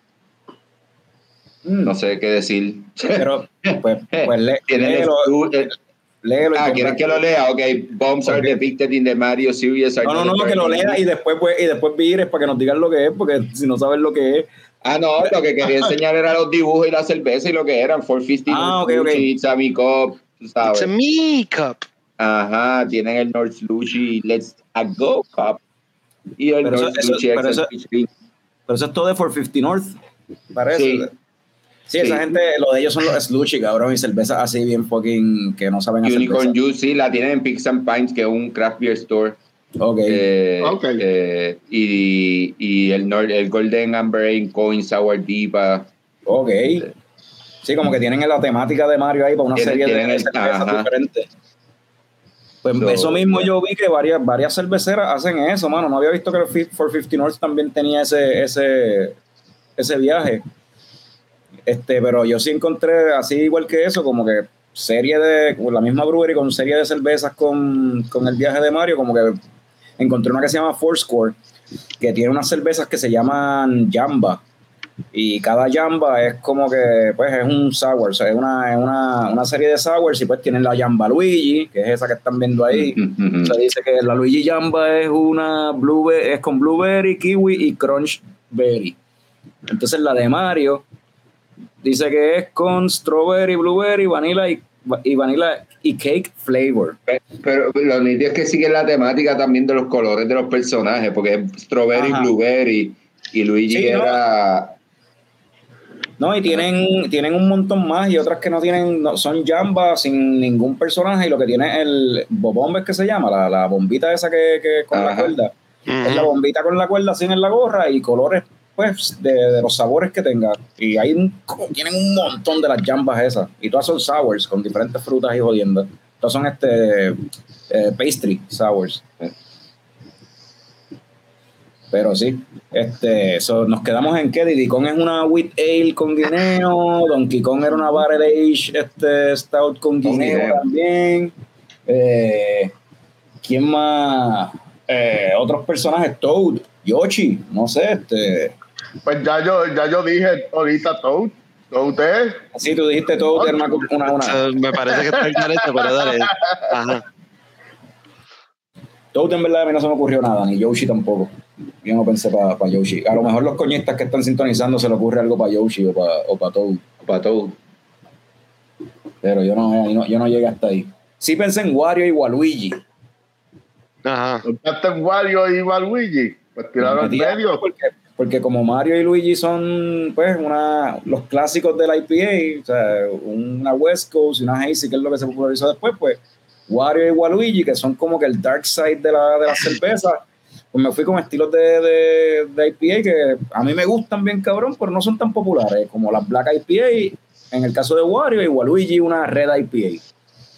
S2: Mm.
S3: no sé qué decir.
S2: Pero, pues, pues lé-
S3: Tienen el
S2: léelo,
S3: Smooth- el-
S2: léelo y
S3: ah,
S2: compra-
S3: ¿quieres que lo lea? Ok, bombs are
S2: Ok.
S3: depicted in the Mario series. are
S2: No, no,
S3: not
S2: no, que lo lea y después, pues, y después vires para que nos digan lo que es, porque si no sabes lo que es.
S3: Ah, no, lo que quería enseñar era los dibujos y la cerveza y lo que eran. cuatrocientos cincuenta
S2: Ah, ok, ok.
S3: It's a Me Cup, tú
S4: It's
S3: sabes.
S4: a me cup.
S3: Ajá, tienen el North Slushie Let's a Go Cup y el
S2: Pero eso-
S3: North
S2: eso-
S3: Slushie
S2: pero eso-
S3: Excel Peach.
S2: Pero eso es todo de cuatrocientos cincuenta North, parece.
S3: Sí.
S2: Sí, esa
S3: Sí.
S2: gente, lo de ellos son los slushy, cabrón, y cervezas así bien fucking que no saben hacer
S3: Unicorn
S2: cerveza.
S3: Juice, sí, la tienen en Pix and Pints, que es un craft beer store.
S2: Ok.
S3: Eh,
S1: Ok.
S3: eh, y, y el, Nord- el Golden Amber Ale Coin Sour Dipa.
S2: Ok. Sí, como que tienen la temática de Mario ahí para una
S3: Tienen-
S2: serie
S3: tienen
S2: de
S3: el-
S2: cervezas
S3: ajá.
S2: diferentes. Pues
S3: So,
S2: eso mismo
S3: yeah.
S2: yo vi que varias, varias cerveceras hacen eso, mano. No había visto que el cuatrocientos cincuenta North también tenía ese, ese, ese viaje. Este, pero yo sí encontré así igual que eso, como que serie de, con la misma brewery con serie de cervezas con, con el viaje de Mario, como que encontré una que se llama Fourscore, que tiene unas cervezas que se llaman Jamba. Y cada Jamba es como que, pues, es un sour, o sea, es una, es una, una serie de sours y pues tienen la Jamba Luigi, que es esa que están viendo ahí.
S3: Ujú.
S2: Se dice que la Luigi Jamba es una blueberry, es con blueberry, kiwi y crunch berry. Entonces la de Mario dice que es con strawberry, blueberry, vanilla y, y vanilla y cake flavor.
S3: Pero lo nítido es que sigue la temática también de los colores de los personajes, porque es strawberry,
S2: Ajá.
S3: blueberry, y Luigi
S2: Sí, ¿no?
S3: era...
S2: No, y tienen, tienen un montón más y otras que no tienen, no, son Jamba sin ningún personaje y lo que tiene es el bobomb es que se llama, la, la bombita esa que, que con la
S3: Ajá.
S2: cuerda. Es la
S4: Ujú.
S2: bombita con la cuerda así en la gorra y colores pues de, de los sabores que tenga. Y hay un, tienen un montón de las jambas esas y todas son sours con diferentes frutas y jodiendas. Todas son este eh, pastry sours. Pero sí, este, so, nos quedamos en que Diddy Kong es una wheat ale con guineo, Donkey Kong era una barrel age este, stout con guineo, guineo. también. Eh, ¿Quién más? Eh, otros personajes, Toad, Yoshi, no sé, este.
S1: Pues ya yo, ya yo dije ahorita Toad. Toad es.
S2: Sí, tú dijiste Toad, era una, una, una.
S4: Me parece que está el carete, pero dale. Ajá.
S2: Toad en verdad a mí no se me ocurrió nada, ni Yoshi tampoco. Yo no pensé para pa Yoshi. A lo mejor los coñistas que están sintonizando se le ocurre algo para Yoshi o para o pa Toad.
S3: Para Toad.
S2: Pero yo no, yo no, yo no llegué hasta ahí. Sí pensé en Wario y Waluigi.
S4: Ajá.
S1: ¿Pensaste en Wario y Waluigi? Pues tiraron en medio.
S2: Porque, porque como Mario y Luigi son pues una los clásicos del I P A, o sea, una West Coast y una Hazy, que es lo que se popularizó después, pues Wario y Waluigi, que son como que el dark side de la, de la cerveza, pues me fui con estilos de, de, de I P A que a mí me gustan bien cabrón, pero no son tan populares, como las Black I P A, en el caso de Wario, y Waluigi una Red I P A.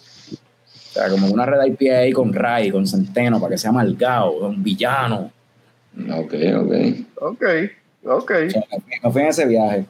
S2: O sea, como una Red I P A con Ray, con Centeno, para que sea amargado, un villano.
S3: Ok, ok.
S1: Ok, ok.
S2: O sea, me fui en ese viaje.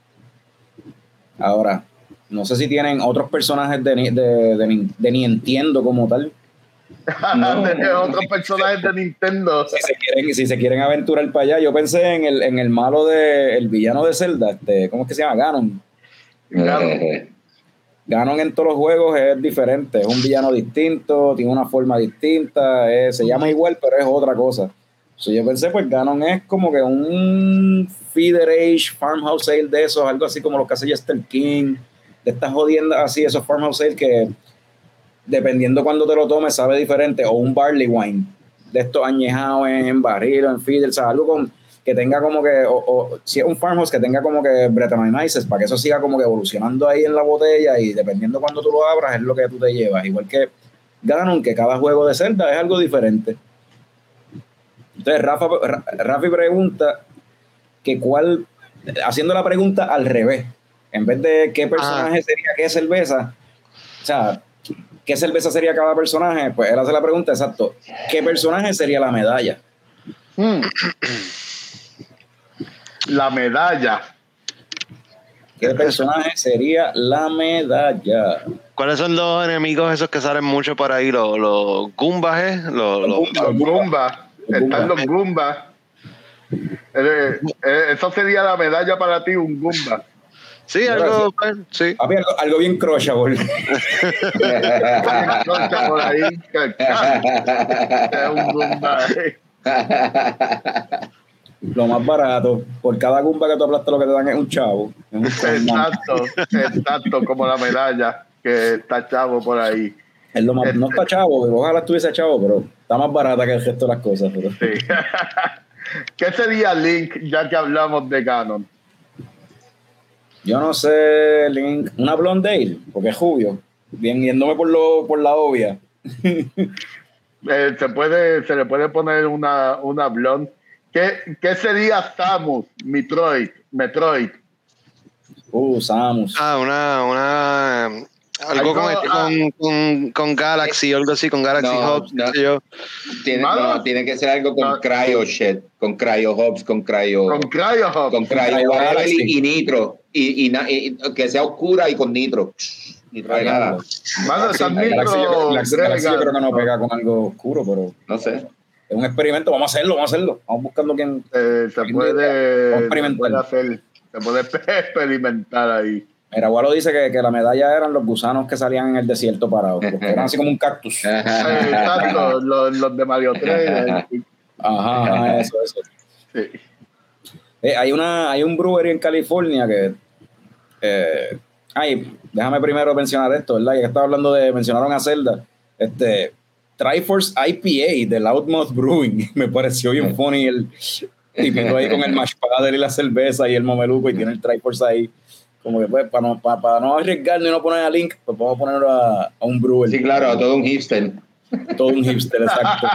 S2: Ahora, no sé si tienen otros personajes de, de, de, de, de Nintendo como tal.
S1: No, de otros personajes de Nintendo.
S2: Si se quieren, si se quieren aventurar para allá, yo pensé en el, en el malo de el villano de Zelda, este, ¿cómo es que se llama? Ganon.
S1: Ganon.
S2: Ganon en todos los juegos es diferente, es un villano distinto, tiene una forma distinta, es, se llama igual, pero es otra cosa. So, yo pensé, pues Ganon es como que un feeder age farmhouse ale de esos, algo así como lo que hace Jester King, de estas jodiendas así, esos farmhouse ale que dependiendo cuando te lo tomes sabe diferente, o un barley wine de estos añejados en, en barril o en feeder, o sea, algo con, que tenga como que, o, o si es un farmhouse que tenga como que Brettanomyces, para que eso siga como que evolucionando ahí en la botella y dependiendo cuando tú lo abras es lo que tú te llevas, igual que Ganon, que cada juego de Zelda es algo diferente. Entonces Rafa, Rafi pregunta que cuál, haciendo la pregunta al revés, en vez de qué personaje ah. sería qué cerveza, o sea, qué cerveza sería cada personaje, pues él hace la pregunta, exacto, ¿qué personaje sería la medalla?
S1: Hmm. La medalla.
S2: ¿Qué personaje sería la medalla?
S4: ¿Cuáles son los enemigos esos que salen mucho por ahí? Los, los Goombas, ¿eh? Los, los,
S1: los Goombas. Están los Goombas. Eh, eh, eso sería la medalla para ti, un Goomba.
S4: Sí, algo, pues, sí.
S2: A ver, algo, algo bien crushable.
S1: por ahí, es un Goomba.
S2: Lo más barato, por cada Goomba que tú aplastas lo que te dan es un chavo. Es un
S1: exacto, exacto, como la medalla que está chavo por ahí.
S2: Es lo más, no está chavo, ojalá estuviese chavo, pero está más barata que el resto de las cosas. Pero.
S1: Sí. ¿Qué sería Link, ya que hablamos de Ganon?
S2: Yo no sé, Link, una Blonde Ale, porque es rubio, bien yéndome por, lo, por la obvia.
S1: eh, se, puede, se le puede poner una, una Blonde. ¿Qué, ¿Qué sería Samus, Metroid? Metroid.
S2: Uh, Samus.
S4: Ah, una, una algo, algo con, este, ah, con, con, con Galaxy o algo así, con Galaxy
S3: no,
S4: Hubs.
S3: No.
S4: Yo.
S3: Tiene, no, tiene que ser algo con no. Cryo Shit, con Cryo Hubs, con Cryo.
S1: Con Cryo Hubs.
S3: Con Cryo y, y Nitro. Y, y, y, y que sea oscura y con Nitro. Nitro de nada.
S1: Mano,
S2: sí,
S1: Nitro.
S2: Galaxy, yo, Galaxy, Galaxy yo creo que no pega con algo oscuro, pero.
S3: No sé.
S2: Es un experimento, vamos a hacerlo, vamos a hacerlo. Vamos buscando quién.
S1: Eh, se, puede, se puede hacer, se puede experimentar ahí.
S2: Mira, Walo dice que, que la medalla eran los gusanos que salían en el desierto parados, porque eran así como un cactus.
S1: Eh, exacto, los, los de Mario tres.
S2: Ajá, ajá, eso, eso.
S1: Sí.
S2: Eh, hay, una, hay un brewery en California que. Eh, ay, déjame primero mencionar esto, ¿verdad? Ya que estaba hablando de. Mencionaron a Zelda. Este. Triforce I P A de Loudmouth Brewing. Me pareció bien funny el típico ahí con el mash powder y la cerveza y el mameluco y tiene el Triforce ahí. Como que pues, para no, para, para no arriesgarnos y no poner a Link, pues vamos a ponerlo a, a un brewer.
S3: Sí, claro, a todo un hipster.
S2: Todo un hipster, exacto.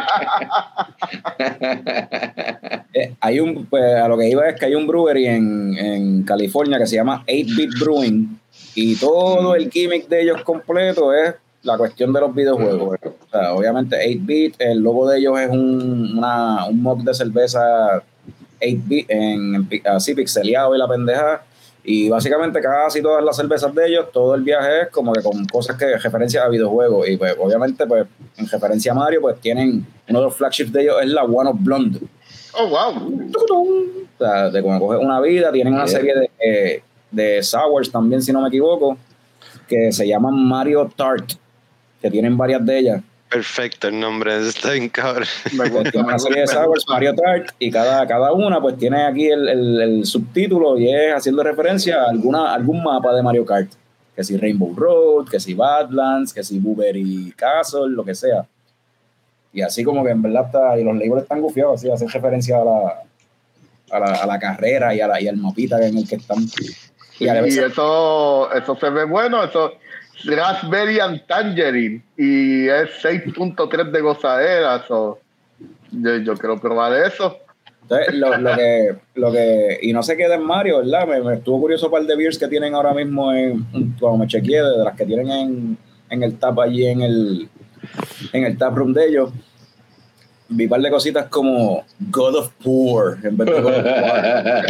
S2: eh, hay un, pues a lo que iba es que hay un brewery en, en California que se llama eight bit Brewing y todo el gimmick de ellos completo es la cuestión de los videojuegos. O sea, obviamente ocho bit, el logo de ellos es un, una, un mock de cerveza ocho bit en, en así pixeleado y la pendeja. Y básicamente casi todas las cervezas de ellos, todo el viaje es como que con cosas que referencian a videojuegos. Y pues obviamente pues en referencia a Mario pues tienen, uno de los flagships de ellos es la One of Blonde.
S1: Oh, wow.
S2: O sea, de como coge una vida, tienen una serie de, eh, de sours también, si no me equivoco, que se llaman Mario Tart, que tienen varias de ellas.
S4: Perfecto, el nombre está bien cabrón.
S1: Me gusta,
S2: Tiene
S1: me
S2: una serie de
S1: gusta, me
S2: sours,
S1: gusta.
S2: Mario Tart, y cada, cada una pues tiene aquí el, el, el subtítulo y es haciendo referencia a alguna, algún mapa de Mario Kart. Que si Rainbow Road, que si Badlands, que si Blueberry Castle, lo que sea. Y así como que en verdad está, y los labels están gufiados, así, hacen referencia a la, a la, a la carrera y, a la, y al mapita en el que están.
S1: Y,
S2: Y, a
S1: y
S2: veces,
S1: eso, eso se ve bueno, eso Raspberry and Tangerine y es seis punto tres de gozadera, so, yo, yo quiero probar eso.
S2: entonces, lo, lo que, lo que, y no se queda en Mario, ¿verdad? Me, me estuvo curioso para el de beers que tienen ahora mismo, en, cuando me chequeé, de las que tienen en, en el tap allí en el, en el tap room de ellos. Vi un par de cositas como God of Poor en vez de God of War.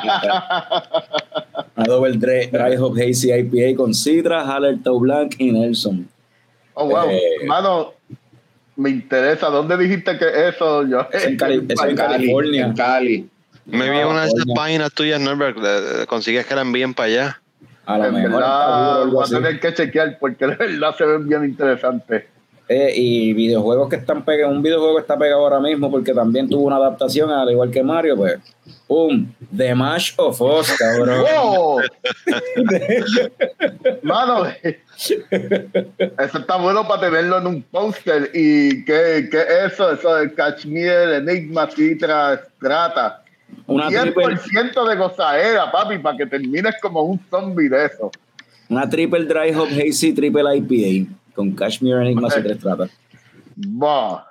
S2: Una Double Dry, dry Hop Hazy I P A con Citra, Hallertau Blanc y Nelson.
S1: Oh, wow.
S2: Eh,
S1: Mano, me interesa. ¿Dónde dijiste que eso? Yo,
S2: Es en, Cali, es en California.
S3: En Cali.
S4: Me vi
S2: No,
S4: una de esas
S2: coño.
S4: páginas tuyas, Norbert, de- de- consigues que la envíen para allá.
S2: A lo
S1: en
S2: mejor
S1: verdad,
S2: está duro, algo
S1: voy a
S2: así.
S1: tener que chequear porque de verdad se ven bien interesantes.
S2: Eh, y videojuegos que están pegados, un videojuego que está pegado ahora mismo porque también tuvo una adaptación, al igual que Mario, pues, ¡pum! The Mash of Us, cabrón.
S1: ¡Wow! Mano, eso está bueno para tenerlo en un póster. ¿Y qué, qué es eso? Eso es Cashmere, Enigma, Citra, Strata.
S2: Una
S1: cien por
S2: triple,
S1: ciento de gozadera, papi, para que termines como un zombie de eso.
S2: una triple Dry Hop Hazy Triple I P A con Cashmere Enigma y tres tratas.
S1: Bah.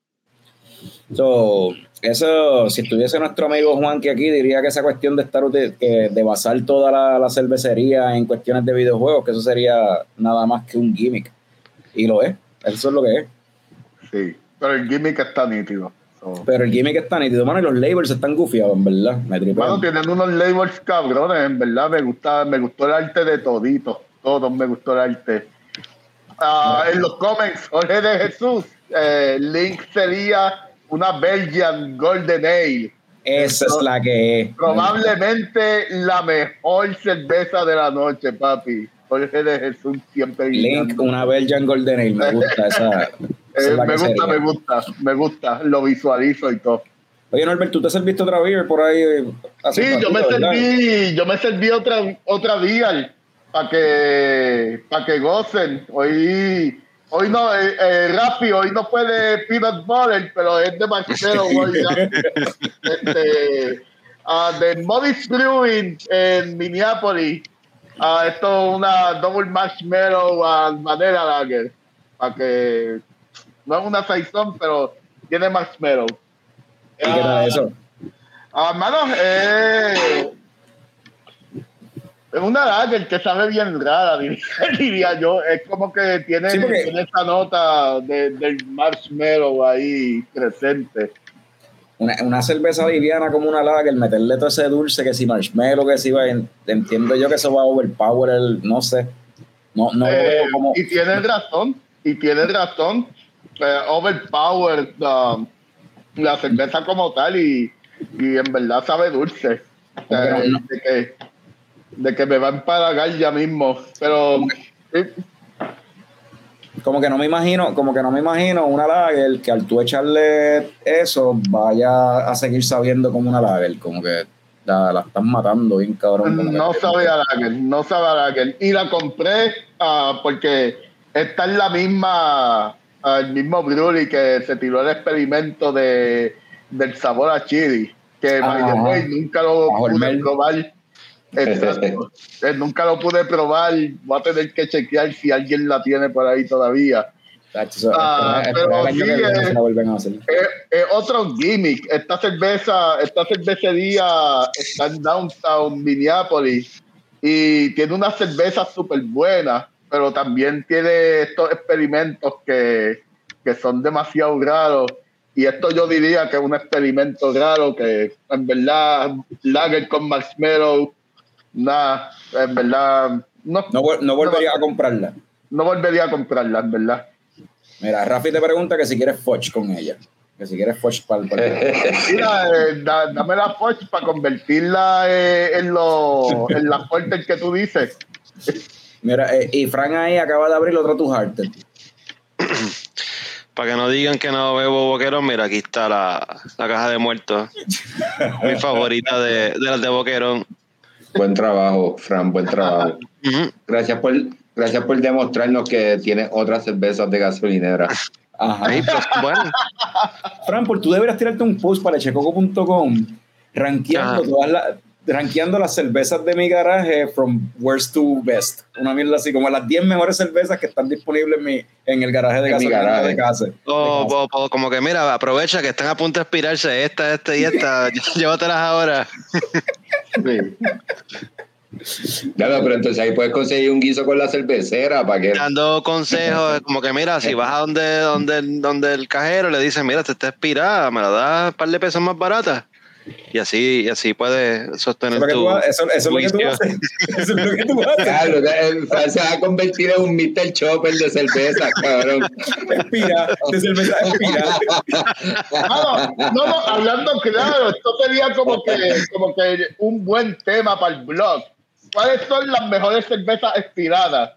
S2: So, eso, si estuviese nuestro amigo Juanqui aquí, diría que esa cuestión de estar de, de basar toda la, la cervecería en cuestiones de videojuegos, que eso sería nada más que un gimmick. Y lo es, eso es lo que es.
S1: Sí, pero el gimmick está nítido. So.
S2: Pero el gimmick está nítido, mano, y los labels están gufiados, en verdad. Me tripean.
S1: Bueno, tienen unos labels cabrones, en verdad, me gusta, me gustó el arte de todito, todos me gustó el arte. Uh, en los comments, Jorge de Jesús, eh, Link sería una Belgian Golden Ale.
S2: Esa es la que es.
S1: Probablemente la mejor cerveza de la noche, papi. Jorge de Jesús siempre
S2: Link,
S1: guiando.
S2: una Belgian Golden Ale, me gusta esa. esa
S1: Eh,
S2: es la
S1: me
S2: que
S1: gusta,
S2: sería.
S1: me gusta, me gusta, lo visualizo y todo.
S2: Oye, Norbert, ¿tú te serviste otra beer por ahí? hace
S1: Sí,
S2: un
S1: yo me
S2: ratito, ¿verdad?
S1: serví, yo me serví otra, otra beer para que, para que gocen. Hoy, hoy no, eh, eh, Rappi, hoy no fue de peanut butter, pero es de marshmallow hoy ya. Este, uh, de Modis Brewing en Minneapolis. Uh, esto es una double marshmallow uh, madera lager, para que no es una saison, pero tiene marshmallow.
S2: ¿Y qué tal eso?
S1: Ah, hermano, eh, es una lager que sabe bien rara, diría, diría yo. Es como que tiene,
S2: Sí, porque-
S1: tiene esa nota de, del marshmallow ahí presente.
S2: Una, una cerveza liviana como una lager, meterle todo ese dulce, que si marshmallow, que si va, entiendo yo que eso va a overpower el, no sé. No, no lo
S1: Eh,
S2: veo como.
S1: y tiene razón, y tiene razón. Eh, overpowered um, la cerveza como tal, y, y en verdad sabe dulce.
S2: Como que no-
S1: Eh,
S2: no.
S1: de, que, de que me va a empalagar ya mismo. Pero eh,
S2: Como que no me imagino, como que no me imagino una lager que al tú echarle eso vaya a seguir sabiendo como una lager, como que la, la están matando bien cabrón. Como
S1: no
S2: que,
S1: sabe a lager, no sabe a lager. Y la compré ah, porque esta es la misma, ah, el mismo brewery que se tiró el experimento de, del sabor a chili, que by the
S2: Ajá.
S1: way, nunca lo
S2: A
S1: pude
S2: Hormel.
S1: probar. Exacto. Eh, nunca lo pude probar. Voy a tener que chequear si alguien la tiene por ahí todavía.
S2: tacho,
S1: Ah,
S2: espera-
S1: pero
S2: espera el año
S1: sí,
S2: que viene
S1: eh,
S2: se la vuelven a hacer.
S1: Es, es otro gimmick. Esta cerveza, esta cervecería está en downtown Minneapolis y tiene una cerveza súper buena, pero también tiene estos experimentos que, que son demasiado raros. Y esto yo diría que es un experimento raro, que en verdad, lager con marshmallow, nada, en verdad, no,
S2: No, no volvería no, a comprarla.
S1: No volvería a comprarla, en verdad.
S2: Mira, Rafi te pregunta que si quieres fudge con ella. Que si quieres fudge para el...
S1: Mira, eh, da, dame la fudge para convertirla eh, en, lo, en la fuerte que tú dices.
S2: Mira, eh, y Frank ahí acaba de abrir otro Two Hearted.
S4: Para que no digan que no bebo boquerón, mira, aquí está la, la caja de muertos. Mi favorita de, de las de boquerón.
S3: Buen trabajo, Fran, buen trabajo. Uh-huh. Gracias por, gracias por demostrarnos que tienes otras cervezas de gasolinera.
S2: Ajá. Ahí, pues, bueno. Fran, pues tú deberías tirarte un post para checoco punto com rankeando todas las rankeando las cervezas de mi garaje from worst to best. Una mierda así, como las diez mejores cervezas que están disponibles en, mi, en el garaje de gasolina de casa.
S4: O,
S2: de casa.
S4: O, o como que mira, aprovecha que están a punto de expirarse esta, esta y esta. Llévatelas ahora.
S3: Sí. Claro, pero entonces ahí puedes conseguir un guiso con la cervecera para que...
S4: Dando consejos, como que mira, si vas a donde, donde, donde el cajero le dice, mira, te está expirada, me la das un par de pesos más baratas. Y así, y así puedes sostener
S2: eso
S4: tu...
S2: Eso, eso es lo que tú haces. Eso es lo que tú haces.
S3: Claro, se va a convertir en un mister Chopper de cerveza, cabrón.
S2: Expira, de cerveza expira.
S1: No, no, no, hablando claro, esto sería como que, como que un buen tema para el blog. ¿Cuáles son las mejores cervezas expiradas?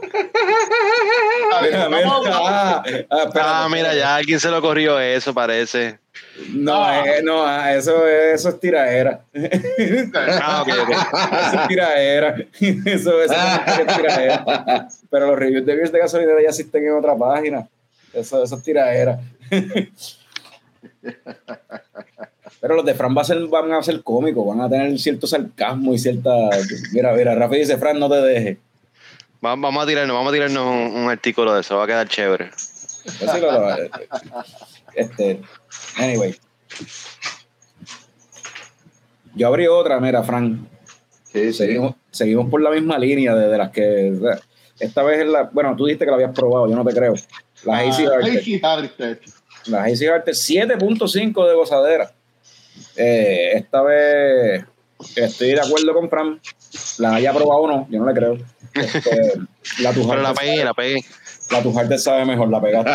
S4: A ver, vamos, ah, ah, ah, mira, ya alguien se le ocurrió eso, parece.
S2: No, ah. eh, no, eso, eso es tiraera. Ah, okay, okay. Eso es tiraera. Eso, eso es tiraera. Pero los reviews de beers de gasolinera ya existen en otra página. Eso, eso es tiraera. Pero los de Fran va a ser, van a ser cómicos, van a tener cierto sarcasmo y cierta... Mira, mira, Rafa dice, Fran, no te dejes.
S4: Vamos a tirarnos, vamos a tirarnos un, un artículo de eso, va a quedar chévere.
S2: Eso lo, lo, este, anyway. Yo abrí otra, mira, Fran.
S3: Sí,
S2: seguimos, sí. seguimos por la misma línea de, de las que... Esta vez es la... Bueno, tú dijiste que la habías probado, yo no te creo. La Hazy Hearted. La Hazy Hearted, siete punto cinco de gozadera. Eh, esta vez estoy de acuerdo con Fran. La haya probado o no, yo no le creo. Este, la
S4: Pero la pegué, sabe, la pegué.
S2: La Two Hearted sabe mejor, la pegaste.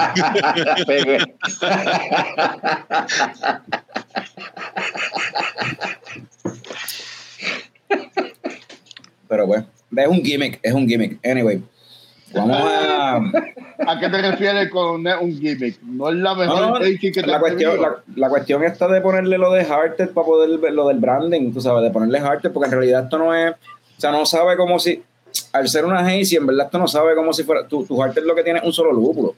S2: Pero pues, es un gimmick, es un gimmick. Anyway, vamos a...
S1: ¿A qué te refieres con un gimmick? No es la mejor
S2: no, no,
S1: que te
S2: la cuestión, la, la cuestión está de ponerle lo de Hearted para poder ver lo del branding, tú sabes, de ponerle Hearted, porque en realidad esto no es... O sea, no sabe como si... Al ser una hazy, en verdad esto no sabe como si fuera... Tu, tu Hearted lo que tiene es un solo lúpulo.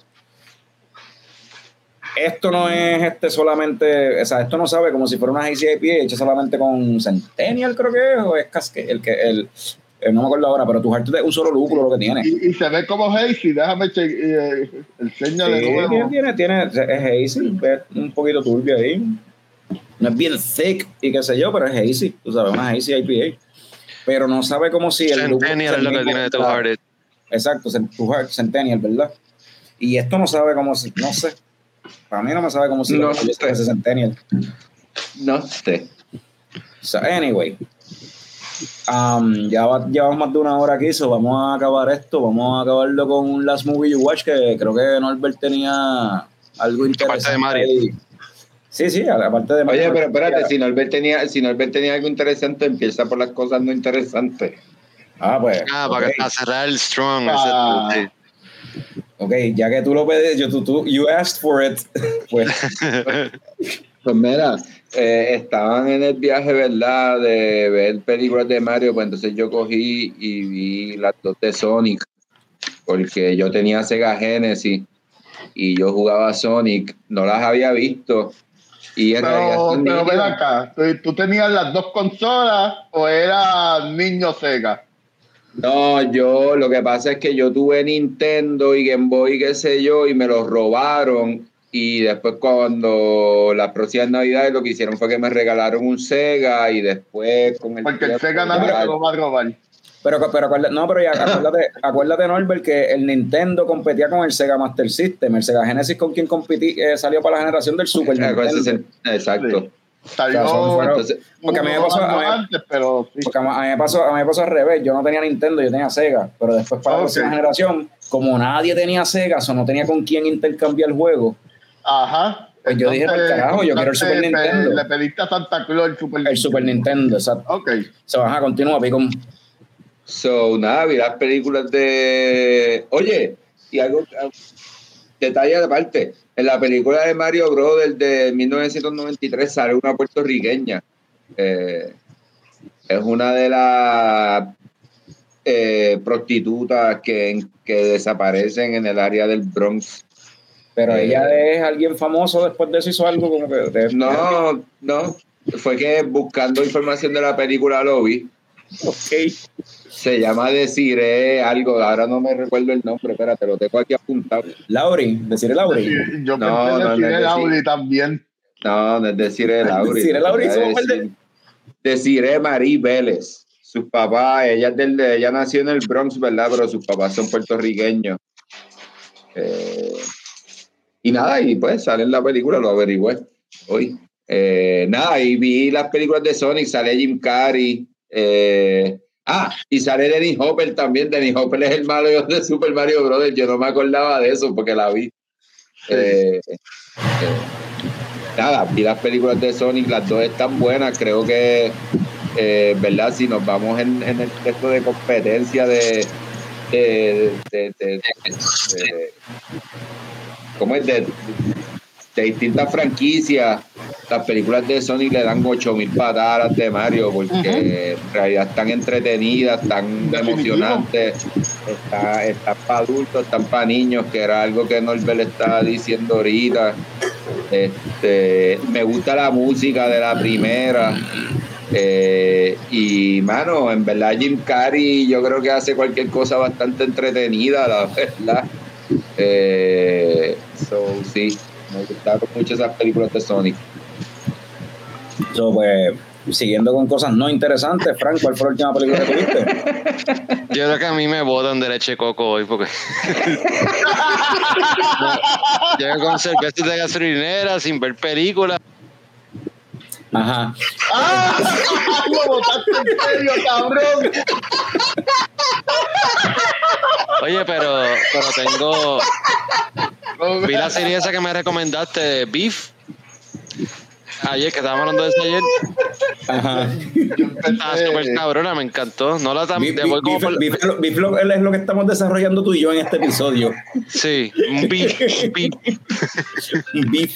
S2: Esto no es este solamente... O sea, esto no sabe como si fuera una hazy I P A hecha solamente con Centennial, creo que es, o es Casque, el que... El, Eh, no me acuerdo ahora, pero tu Hearted es un solo lúpulo lo que tiene.
S1: Y, y se ve como hazy, déjame che, eh, enséñale.
S2: Sí, tiene, tiene, tiene, es hazy, es un poquito turbio ahí. No es bien thick y qué sé yo, pero es hazy, tú sabes, una hazy I P A. Pero no sabe como si el lúpulo...
S4: Centennial es lo que tiene de tu Hearted.
S2: Exacto, tu Hearted, Centennial, ¿verdad? Y esto no sabe como si, no sé, para mí no me sabe como si
S3: no
S2: lo que ese Centennial.
S3: No sé.
S2: So, anyway... Um, ya va, llevamos más de una hora aquí, so vamos a acabar esto, vamos a acabarlo con un Last Movie You Watch, que creo que Norbert tenía algo interesante.
S4: Aparte de Mario.
S2: Ahí. Sí, sí, aparte de Mario.
S3: Oye, pero espérate, si Norbert tenía, si Norbert tenía algo interesante, empieza por las cosas no interesantes.
S2: Ah, pues.
S4: Ah,
S2: okay.
S4: para, para cerrar el strong.
S1: Ah.
S4: Ese, sí.
S2: Ok, ya que tú lo pedís, yo, tú, tú, you asked for it. Pues,
S3: pues mira, eh, estaban en el viaje, ¿verdad? De ver películas de Mario, pues entonces yo cogí y vi las dos de Sonic, porque yo tenía Sega Genesis y yo jugaba Sonic, no las había visto. Y en
S1: pero, pero ven acá, ¿tú tenías las dos consolas o eras niño Sega?
S3: No, yo, lo que pasa es que yo tuve Nintendo y Game Boy, qué sé yo, y me los robaron. Y después cuando las próximas navidades lo que hicieron fue que me regalaron un Sega y después con el
S1: porque el Sega nadie se lo va a robar.
S2: Pero, pero acuérdate, no, pero ya, acuérdate, acuérdate, Norbert, que el Nintendo competía con el Sega Master System. El Sega Genesis con quien competí eh, salió para la generación del Super
S3: Eh, con ese
S2: Nintendo.
S3: sen- Exacto.
S1: Sí. Salió
S2: O sea, son- fueron-
S3: Entonces,
S2: porque a mí me
S1: unos
S2: pasó, a
S1: años
S2: mí-
S1: antes, pero sí.
S2: porque a mí, a mí me pasó, a mí me pasó al revés. Yo no tenía Nintendo, yo tenía Sega. Pero después para la
S1: Ok.
S2: próxima generación, como nadie tenía Sega, o no tenía con quién intercambiar juegos,
S1: Ajá.
S2: pues yo dije, "Pa'l carajo, yo quiero el Super
S1: entonces,
S2: Nintendo".
S1: Le pediste a Santa Claus el Super
S2: el Super Nintendo, exacto.
S1: Ok.
S2: Se baja, continúa, Picón.
S3: So, nada, vi las películas de... Oye, y algo... Detalle aparte, en la película de Mario Bros. Del de mil novecientos noventa y tres sale una puertorriqueña. Eh, es una de las eh, prostitutas que, que desaparecen en el área del Bronx.
S2: Pero
S3: Eh,
S2: ella es alguien famoso, después de eso hizo algo como que... de-
S3: No, no. Fue que buscando información de la película lo vi.
S2: Ok.
S3: Se llama Desiree algo, ahora no me recuerdo el nombre, espérate, lo tengo aquí apuntado.
S2: Lauri, decirle Lauri.
S1: Sí, yo
S3: No,
S1: pensé
S3: no,
S1: decir
S3: no es
S1: el Audi
S3: decir-
S1: también.
S3: No, no es Desiree Lauri.
S2: Desiree Lauri,
S3: Era
S2: somos
S3: decir-
S2: de-
S3: Desiree Marie Vélez. Sus papás, ella, es del, ella nació en el Bronx, ¿verdad? Pero sus papás son puertorriqueños. Eh, y nada, y pues sale en la película, lo averigüé hoy. Eh, nada, y vi las películas de Sonic, sale Jim Carrey. Eh, ah, y sale Dennis Hopper también. Dennis Hopper es el malo de Super Mario Bros. Yo no me acordaba de eso porque la vi. Eh, eh, nada, vi las películas de Sonic, las dos están buenas. Creo que, eh, ¿verdad? Si nos vamos en, en el texto de competencia de. de, de, de, de- de- ¿Cómo es? De, de distintas franquicias, las películas de Sonic le dan ocho mil patadas a las de Mario porque en realidad están entretenidas, están
S1: Definitivo.
S3: emocionantes, está, están para adultos, están para niños, que era algo que Norbert estaba diciendo ahorita. Este, me gusta la música de la primera. Eh, y mano, en verdad Jim Carrey yo creo que hace cualquier cosa bastante entretenida, la verdad. Eh, so, sí, me gustaron mucho esas películas de Sonic.
S2: So, pues, siguiendo con cosas no interesantes, Frank, ¿cuál fue la última película que viste?
S4: Yo creo que a mí me botan de leche coco hoy porque llego con cervezas de gasolinera sin ver películas.
S2: Ajá.
S1: ¡Ah! ¡Lo botaste en serio, cabrón!
S4: Oye, pero, pero tengo. Vi la serie esa que me recomendaste, Beef. Ayer, que estábamos hablando de eso ayer.
S2: Ajá.
S1: Yo empecé-
S4: Ah, súper cabrona, me encantó. No la tam-
S2: Beef,
S4: de- voy como
S2: beef-
S4: por-
S2: beef- beef- beef lo- es lo que estamos desarrollando tú y yo en este episodio.
S4: Sí, un beef, beef.
S2: Beef.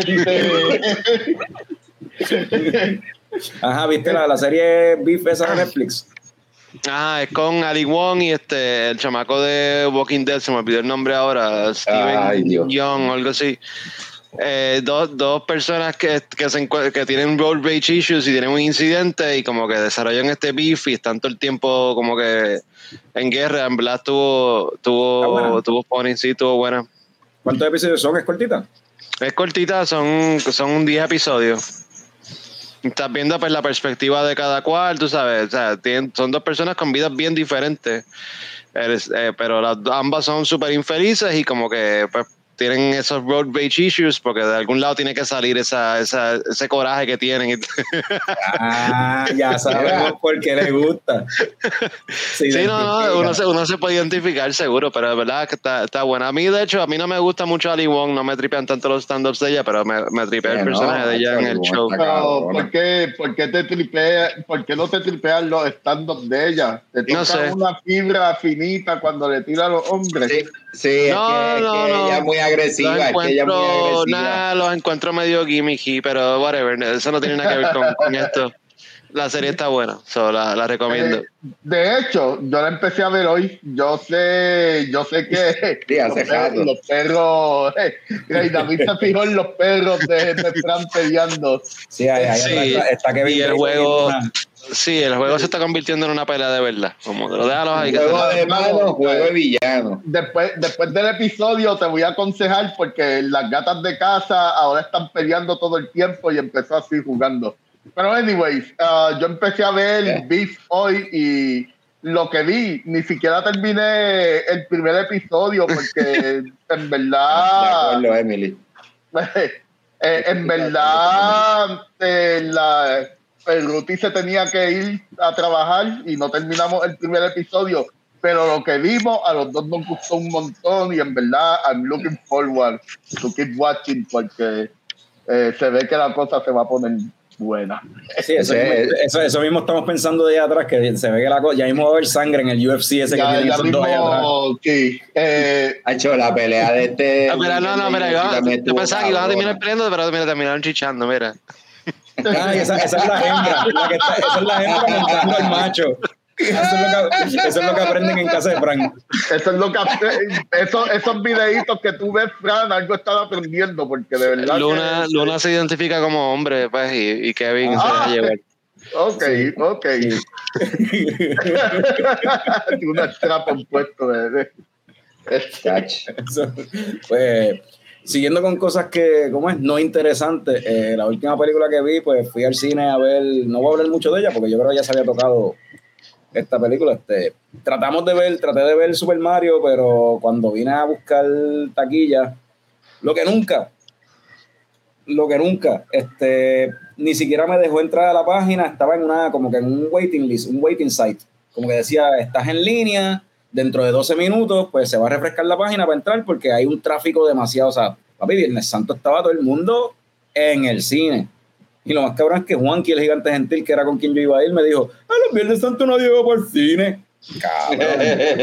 S1: Este,
S2: Ajá, ¿viste la, la serie Beef esa de Netflix?
S4: Ah, es con Ali Wong y este el chamaco de Walking Dead, se me olvidó el nombre ahora, Steven
S3: Ay, Dios.
S4: Young o algo así. Eh, dos, dos personas que, que, se encue- que tienen road rage issues y tienen un incidente y como que desarrollan este beef y están todo el tiempo como que en guerra. En verdad tuvo
S2: Está buena.
S4: tuvo tuvo funny, sí, tuvo buena.
S2: ¿Cuántos episodios son? ¿Es cortita?
S4: Es cortita, son son diez episodios. Estás viendo pues la perspectiva de cada cual, tú sabes, o sea, tienen, son dos personas con vidas bien diferentes, Eres, eh, pero las, ambas son súper infelices y como que pues tienen esos road rage issues porque de algún lado tiene que salir esa, esa, ese coraje que tienen.
S2: Ah, ya sabemos por qué le gusta. Se
S4: Sí, no, no,
S2: identifica.
S4: uno se, uno se puede identificar seguro, pero de verdad que está, está buena. A mí, de hecho, a mí no me gusta mucho Ali Wong, no me tripean tanto los stand-ups de ella, pero me, me tripea
S3: Sí,
S4: el
S3: no,
S4: personaje de ella en
S3: Ali
S4: el
S3: Wong
S4: show.
S3: está
S1: pero,
S3: cabrona.
S1: ¿por qué, por qué te tripea, por qué no te tripean los stand-up de ella? Te toca
S4: No sé.
S1: una fibra finita cuando le tira a los hombres.
S3: Sí, sí,
S4: No,
S3: es que,
S4: no,
S3: es que
S4: no.
S3: ella es muy agresiva,
S4: Los
S3: es que ella es muy
S4: encuentro,
S3: agresiva.
S4: nada, los encuentro medio gimmicky, pero whatever, eso no tiene nada que ver con, con esto. La serie está buena, so, la, la recomiendo.
S1: Eh, de hecho, yo la empecé a ver hoy. Yo sé, yo sé que
S3: Sí, hace
S1: los, per-
S3: rato.
S1: los perros, eh, Grey David se fijó en los perros de, de Fran peleando.
S2: Sí, ahí, ahí
S4: Sí,
S2: está, está Kevin
S4: y el
S2: Bacon
S4: juego-
S2: una-
S4: Sí, el juego se está convirtiendo en una pelea de verdad. Como que lo déjalos ahí. Que se
S3: Juego
S4: la-
S3: de mano, juego de villano.
S1: Después, después del episodio te voy a aconsejar porque las gatas de casa ahora están peleando todo el tiempo y empezó así jugando. Pero anyways, uh, yo empecé a ver
S3: Yeah.
S1: Beef hoy y lo que vi, ni siquiera terminé el primer episodio porque en verdad,
S3: de acuerdo, Emily.
S1: eh, en verdad eh, la, el Ruti se tenía que ir a trabajar y no terminamos el primer episodio, pero lo que vimos a los dos nos gustó un montón y en verdad I'm looking forward to keep watching porque eh, se ve que la cosa se va a poner buena.
S2: Sí, eso, mismo, eso, eso mismo estamos pensando de allá atrás, que se ve que la cosa, ya mismo va a haber sangre en el U F C ese
S1: ya,
S2: que tienen
S1: ya
S2: esos
S1: mismo,
S2: dos allá atrás.
S1: Sí. Eh,
S3: Ha hecho la pelea de este.
S4: Ah, mira, no, no, mira, yo, yo pensaba que iban a terminar peleando, pero mira, terminaron chichando, mira.
S2: Ah, esa, esa es la hembra, la que está, esa es la hembra montando al macho. Eso es, lo que, eso es lo que aprenden en casa de Frank.
S1: Eso es lo que eso, esos videitos que tú ves, Fran, algo están aprendiendo, porque de verdad.
S4: Luna,
S1: que,
S4: Luna se identifica como hombre, pues, y, y Kevin ah, se deja llevar.
S1: Ok, sí, ok. Sí. Una trapa un puesto de. de
S2: eso, pues, siguiendo con cosas que, ¿cómo es? No interesantes. Eh, la última película que vi, pues fui al cine a ver. No voy a hablar mucho de ella porque yo creo que ya se había tocado esta película. Este, tratamos de ver, traté de ver Super Mario, pero cuando vine a buscar taquilla, lo que nunca, lo que nunca, este, ni siquiera me dejó entrar a la página, estaba en una, como que en un waiting list, un waiting site, como que decía, estás en línea, dentro de doce minutos, pues se va a refrescar la página para entrar porque hay un tráfico demasiado, o sea, papi, Viernes Santo estaba todo el mundo en el cine. Y lo más cabrón es que Juanqui, el gigante gentil, que era con quien yo iba a ir, me dijo, ah, los Viernes Santo no llegó por el cine. Cabrón.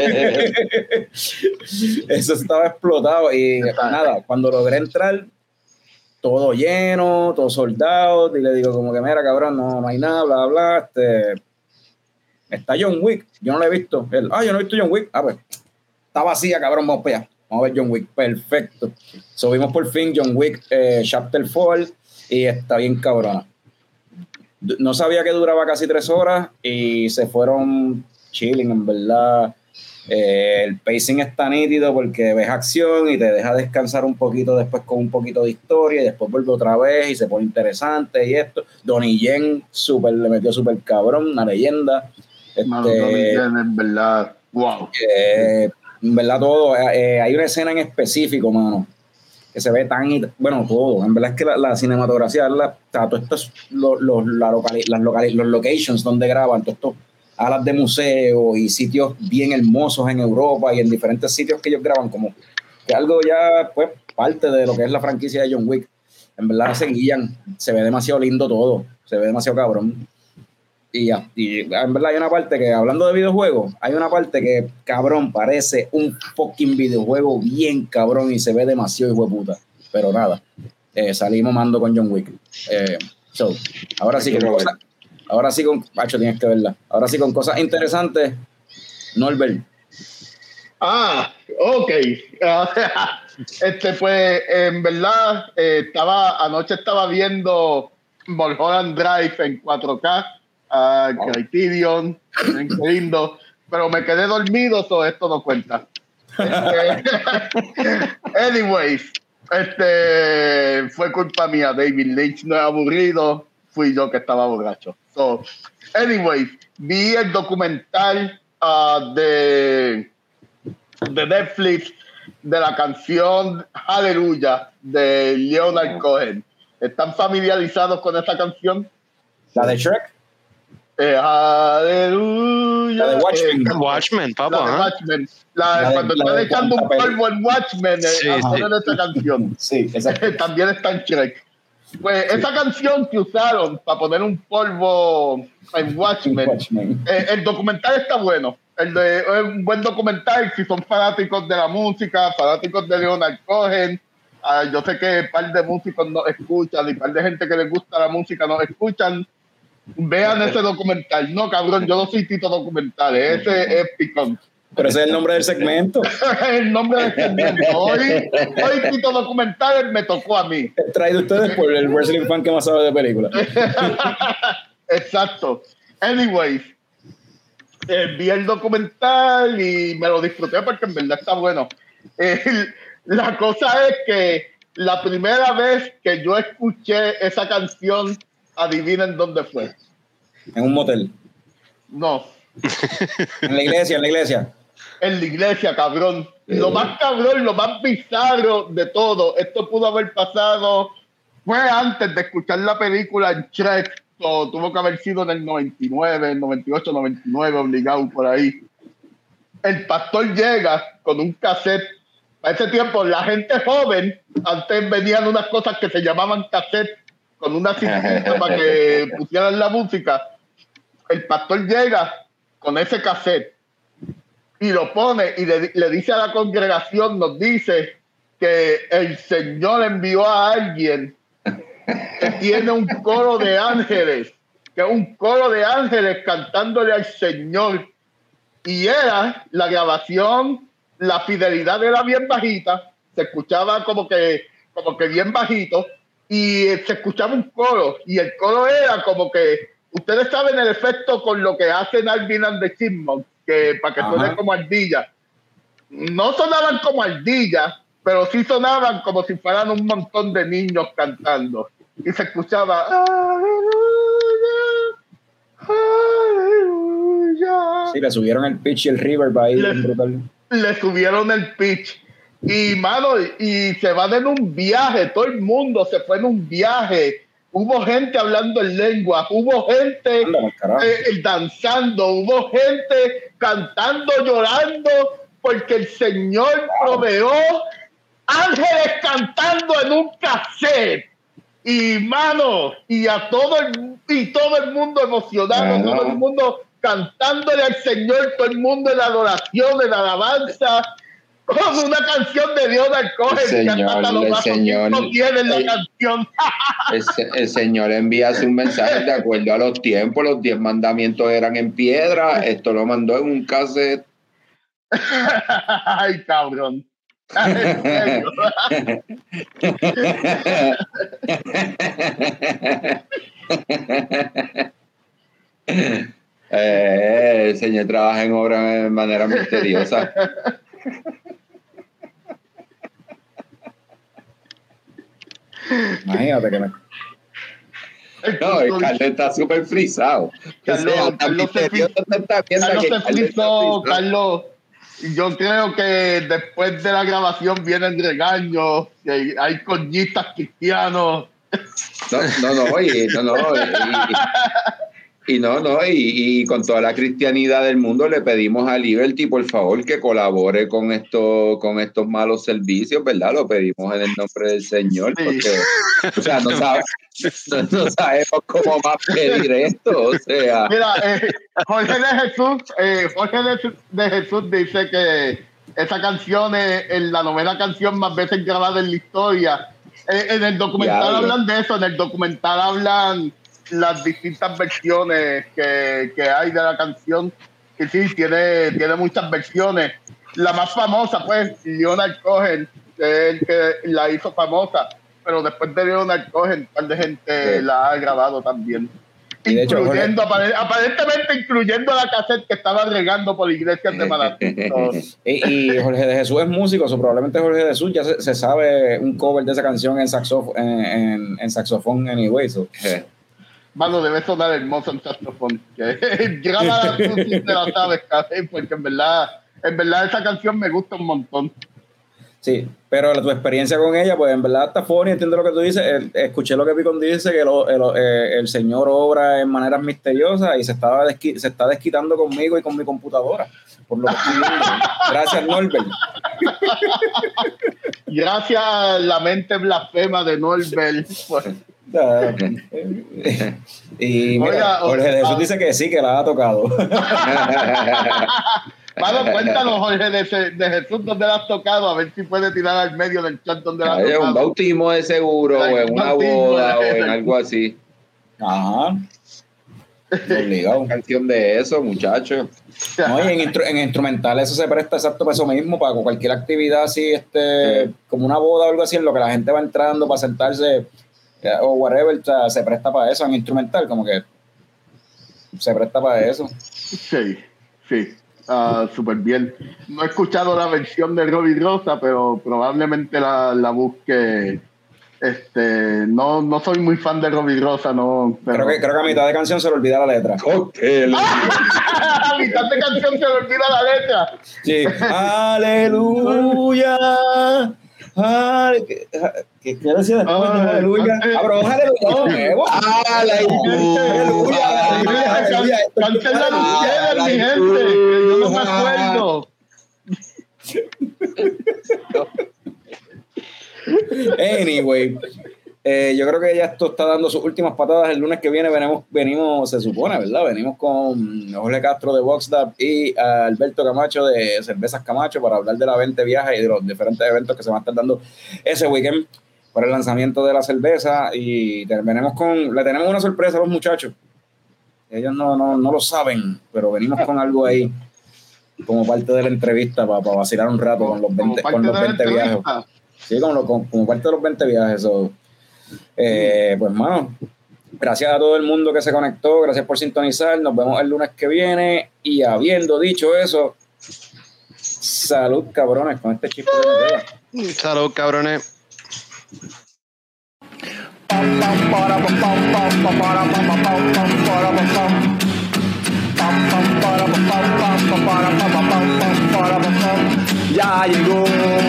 S2: Eso estaba explotado. Y nada, cuando logré entrar, todo lleno, todo soldado, y le digo como que, mira, cabrón, no, no hay nada, bla, bla, este... Está John Wick, yo no lo he visto. Él, ah, yo no he visto John Wick. Ah, pues, está vacía, cabrón, vamos para allá. Vamos a ver John Wick, perfecto. Subimos por fin John Wick eh, Chapter cuatro y está bien cabrona. No sabía que duraba casi tres horas y se fueron chilling, en verdad. Eh, el pacing está nítido porque ves acción y te deja descansar un poquito después con un poquito de historia y después vuelve otra vez y se pone interesante y esto. Donnie Yen super, le metió súper cabrón, una leyenda. Este,
S1: Mano, Donnie Yen, en verdad, wow.
S2: Eh, en verdad todo, eh, hay una escena en específico, mano, que se ve tan, bueno, todo, en verdad es que la, la cinematografía, la, todo esto es lo, lo, la locali, las locali, los locations donde graban, todo esto, alas de museo y sitios bien hermosos en Europa y en diferentes sitios que ellos graban, como que algo ya, pues, parte de lo que es la franquicia de John Wick. En verdad se guían, se ve demasiado lindo todo, se ve demasiado cabrón. Y, y en verdad hay una parte que, hablando de videojuegos, hay una parte que, cabrón, parece un fucking videojuego bien cabrón y se ve demasiado hijo de puta. Pero nada, eh, salimos mando con John Wick. Eh, so, ahora sí con cosas, ahora sí con, Pacho, tienes que verla. Ahora sí con cosas interesantes, Norbert.
S1: Ah, ok. Este, pues, en verdad, eh, estaba, anoche estaba viendo Mulholland Drive en cuatro K. Uh, wow. Criterion, qué lindo, pero me quedé dormido, todo esto no cuenta. Este, anyways, este fue culpa mía. David Lynch no es aburrido, fui yo que estaba borracho. So, anyways, vi el documental uh, de, de Netflix de la canción Hallelujah de Leonard Cohen. ¿Están familiarizados con esa canción?
S2: ¿La de Shrek?
S1: Eh, aleluya.
S2: La de Watchmen.
S1: Eh,
S4: Watchmen, papá.
S1: La de Watchmen. La,
S2: la
S1: cuando
S2: de,
S1: están
S2: la
S1: echando un polvo en Watchmen,
S4: sí,
S1: eh, a
S4: sí.
S1: poner esa canción.
S2: Sí, exacto.
S1: También está en Shrek. Pues
S2: sí.
S1: Esa canción que usaron para poner un polvo en Watchmen,
S2: Watchmen.
S1: Eh, el documental está bueno. El de, es un buen documental si son fanáticos de la música, fanáticos de Leonard Cohen. Uh, yo sé que un par de músicos no escuchan y un par de gente que les gusta la música no escuchan. Vean ese documental. No, cabrón, yo no soy Tito Documentales. Ese es Picón.
S2: Pero ese es el nombre del segmento.
S1: El nombre del segmento. Hoy, hoy Tito Documentales me tocó a mí.
S2: Traído ustedes por el wrestling fan que más sabe de películas.
S1: Exacto. Anyways, eh, vi el documental y me lo disfruté porque en verdad está bueno. Eh, la cosa es que la primera vez que yo escuché esa canción, adivinen dónde fue.
S2: En un motel.
S1: No.
S2: En la iglesia, en la iglesia.
S1: En la iglesia, cabrón. Lo más cabrón, lo más bizarro de todo, esto pudo haber pasado, fue antes de escuchar la película en Shrek, o tuvo que haber sido en el noventa y nueve, noventa y ocho, noventa y nueve, obligado por ahí. El pastor llega con un cassette. A ese tiempo, la gente joven, antes venían unas cosas que se llamaban cassette, con una cinta para que pusieran la música. El pastor llega con ese cassette y lo pone y le, le dice a la congregación, nos dice que el Señor envió a alguien que tiene un coro de ángeles, que es un coro de ángeles cantándole al Señor. Y era la grabación, la fidelidad era bien bajita, se escuchaba como que, como que bien bajito, y se escuchaba un coro, y el coro era como que, ustedes saben el efecto con lo que hacen Alvin and the Chipmunks, que para que suene como ardilla. No sonaban como ardilla, pero sí sonaban como si fueran un montón de niños cantando. Y se escuchaba aleluya, aleluya.
S2: Sí, le subieron el pitch y el reverb ahí.
S1: Le, le subieron el pitch. Y, mano, y se van en un viaje, todo el mundo se fue en un viaje. Hubo gente hablando en lengua, hubo gente eh, danzando, hubo gente cantando, llorando, porque el Señor proveó ángeles cantando en un cassette. Y, mano, y a todo el, y todo el mundo emocionado, uh-huh. todo el mundo cantándole al Señor, todo el mundo en adoración, en alabanza, con una canción de Leonard Cohen.
S3: El Señor, el Señor,
S1: no tiene la canción.
S3: El, el Señor envía un mensaje de acuerdo a los tiempos. Los diez mandamientos eran en piedra. Esto lo mandó en un cassette.
S1: Ay, cabrón.
S3: eh, el Señor trabaja en obra de manera misteriosa.
S2: Imagínate que me...
S3: No, el Carlos está súper frisado.
S1: Carlos, o sea, Carlos se, fri- Carlos se frisó, Carlos. Yo creo que después de la grabación vienen regaños, hay, hay coñistas cristianos.
S3: No, no, no, y, no, no, y, y, y no, no, y, y con toda la cristianidad del mundo le pedimos a Liberty, por favor, que colabore con esto, con estos malos servicios, ¿verdad? Lo pedimos en el nombre del Señor, sí. Porque, o sea, no sabemos, no, no sabemos cómo más pedir esto, o sea.
S1: Mira, eh, Jorge de Jesús, eh, Jorge de, de Jesús dice que esa canción es, es la novena canción más veces grabada en la historia. Eh, en el documental ya, hablan de eso, en el documental hablan las distintas versiones que, que hay de la canción. Y sí, tiene, tiene muchas versiones. La más famosa, pues, Leonard Cohen, que es el que la hizo famosa. Pero después de Leonard Cohen, un par de gente sí. la ha grabado también. Y de incluyendo, hecho, Jorge, aparentemente incluyendo la cassette que estaba regando por iglesias de Manatí.
S2: y, y Jorge de Jesús es músico, o probablemente Jorge de Jesús ya se, se sabe un cover de esa canción en, saxof- en, en, en saxofón anyway. So.
S1: Sí. Mano, debe sonar hermoso en saxofón. Grábala tú si te la sabes, casi, porque en verdad, en verdad esa canción me gusta un montón.
S2: Sí, pero tu experiencia con ella, pues en verdad está funny, entiendo lo que tú dices. El, escuché lo que Picón dice, que lo, el, eh, el Señor obra en maneras misteriosas y se, estaba desqui, se está desquitando conmigo y con mi computadora. Por lo que estoy viendo. Gracias, Norbert.
S1: Gracias a la mente blasfema de Norbert. Pues.
S2: Y mira, Oiga, Jorge de Jesús dice que sí, que la ha tocado.
S1: Bueno, cuéntanos, Jorge de, de Jesús, ¿dónde la has tocado? A ver si puede tirar al medio del chat donde la has tocado.
S3: En un bautismo de seguro, o en una boda, o en algo así.
S2: Ajá. Obligado.
S3: Una canción de eso, muchachos.
S2: No, y en, instru- en instrumental eso se presta exacto para eso mismo, para cualquier actividad así, este, sí. como una boda o algo así, en lo que la gente va entrando para sentarse o whatever, o sea, se presta para eso en instrumental, como que se presta para eso.
S1: Sí, sí. Uh, súper bien. No he escuchado la versión de Robbie Rosa, pero probablemente la, la busque Este, no, no soy muy fan de Robbie Rosa, no. Pero...
S2: Creo, que, creo que a mitad de canción se le olvida la letra.
S3: Cóctel.
S1: A mitad de canción se le olvida la letra.
S2: Sí. Aleluya. Ale- ¿Qué, qué, qué decía después?
S1: Ay,
S2: Aleluya.
S1: antes-
S2: Ah, pero aleluya. Aleluya. Aleluya.
S1: Cancelan ustedes, mi gente. Yo no me acuerdo.
S2: Anyway, eh, yo creo que ya esto está dando sus últimas patadas. El lunes que viene venimos, venimos se supone, ¿verdad? Venimos con Jorge Castro de VoxDub y Alberto Camacho de Cervezas Camacho para hablar de la venta viaje y de los diferentes eventos que se van a estar dando ese weekend para el lanzamiento de la cerveza. Y venimos con, le tenemos una sorpresa a los muchachos. Ellos no, no, no lo saben, pero venimos con algo ahí como parte de la entrevista para, para vacilar un rato con los veinte, con los veinte viajes. Sí, como, lo, como, como parte de los veinte viajes. So, eh, pues, mano, gracias a todo el mundo que se conectó. Gracias por sintonizar. Nos vemos el lunes que viene. Y habiendo dicho eso, salud, cabrones, con este chiste de medida.
S4: Salud, cabrones.
S5: Ya llegó,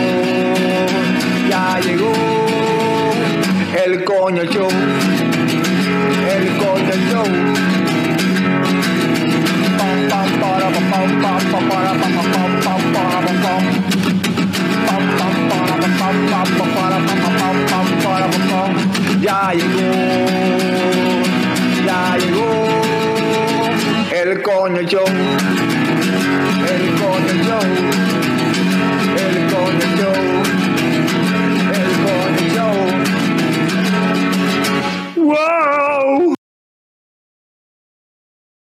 S5: ya llegó el coño show, el coño show. Pam pam para pam pam pam para pam pam pam para pam pam pam pam para pam pam para pam pam pam para pam. Ya llegó, ya llegó el coño show.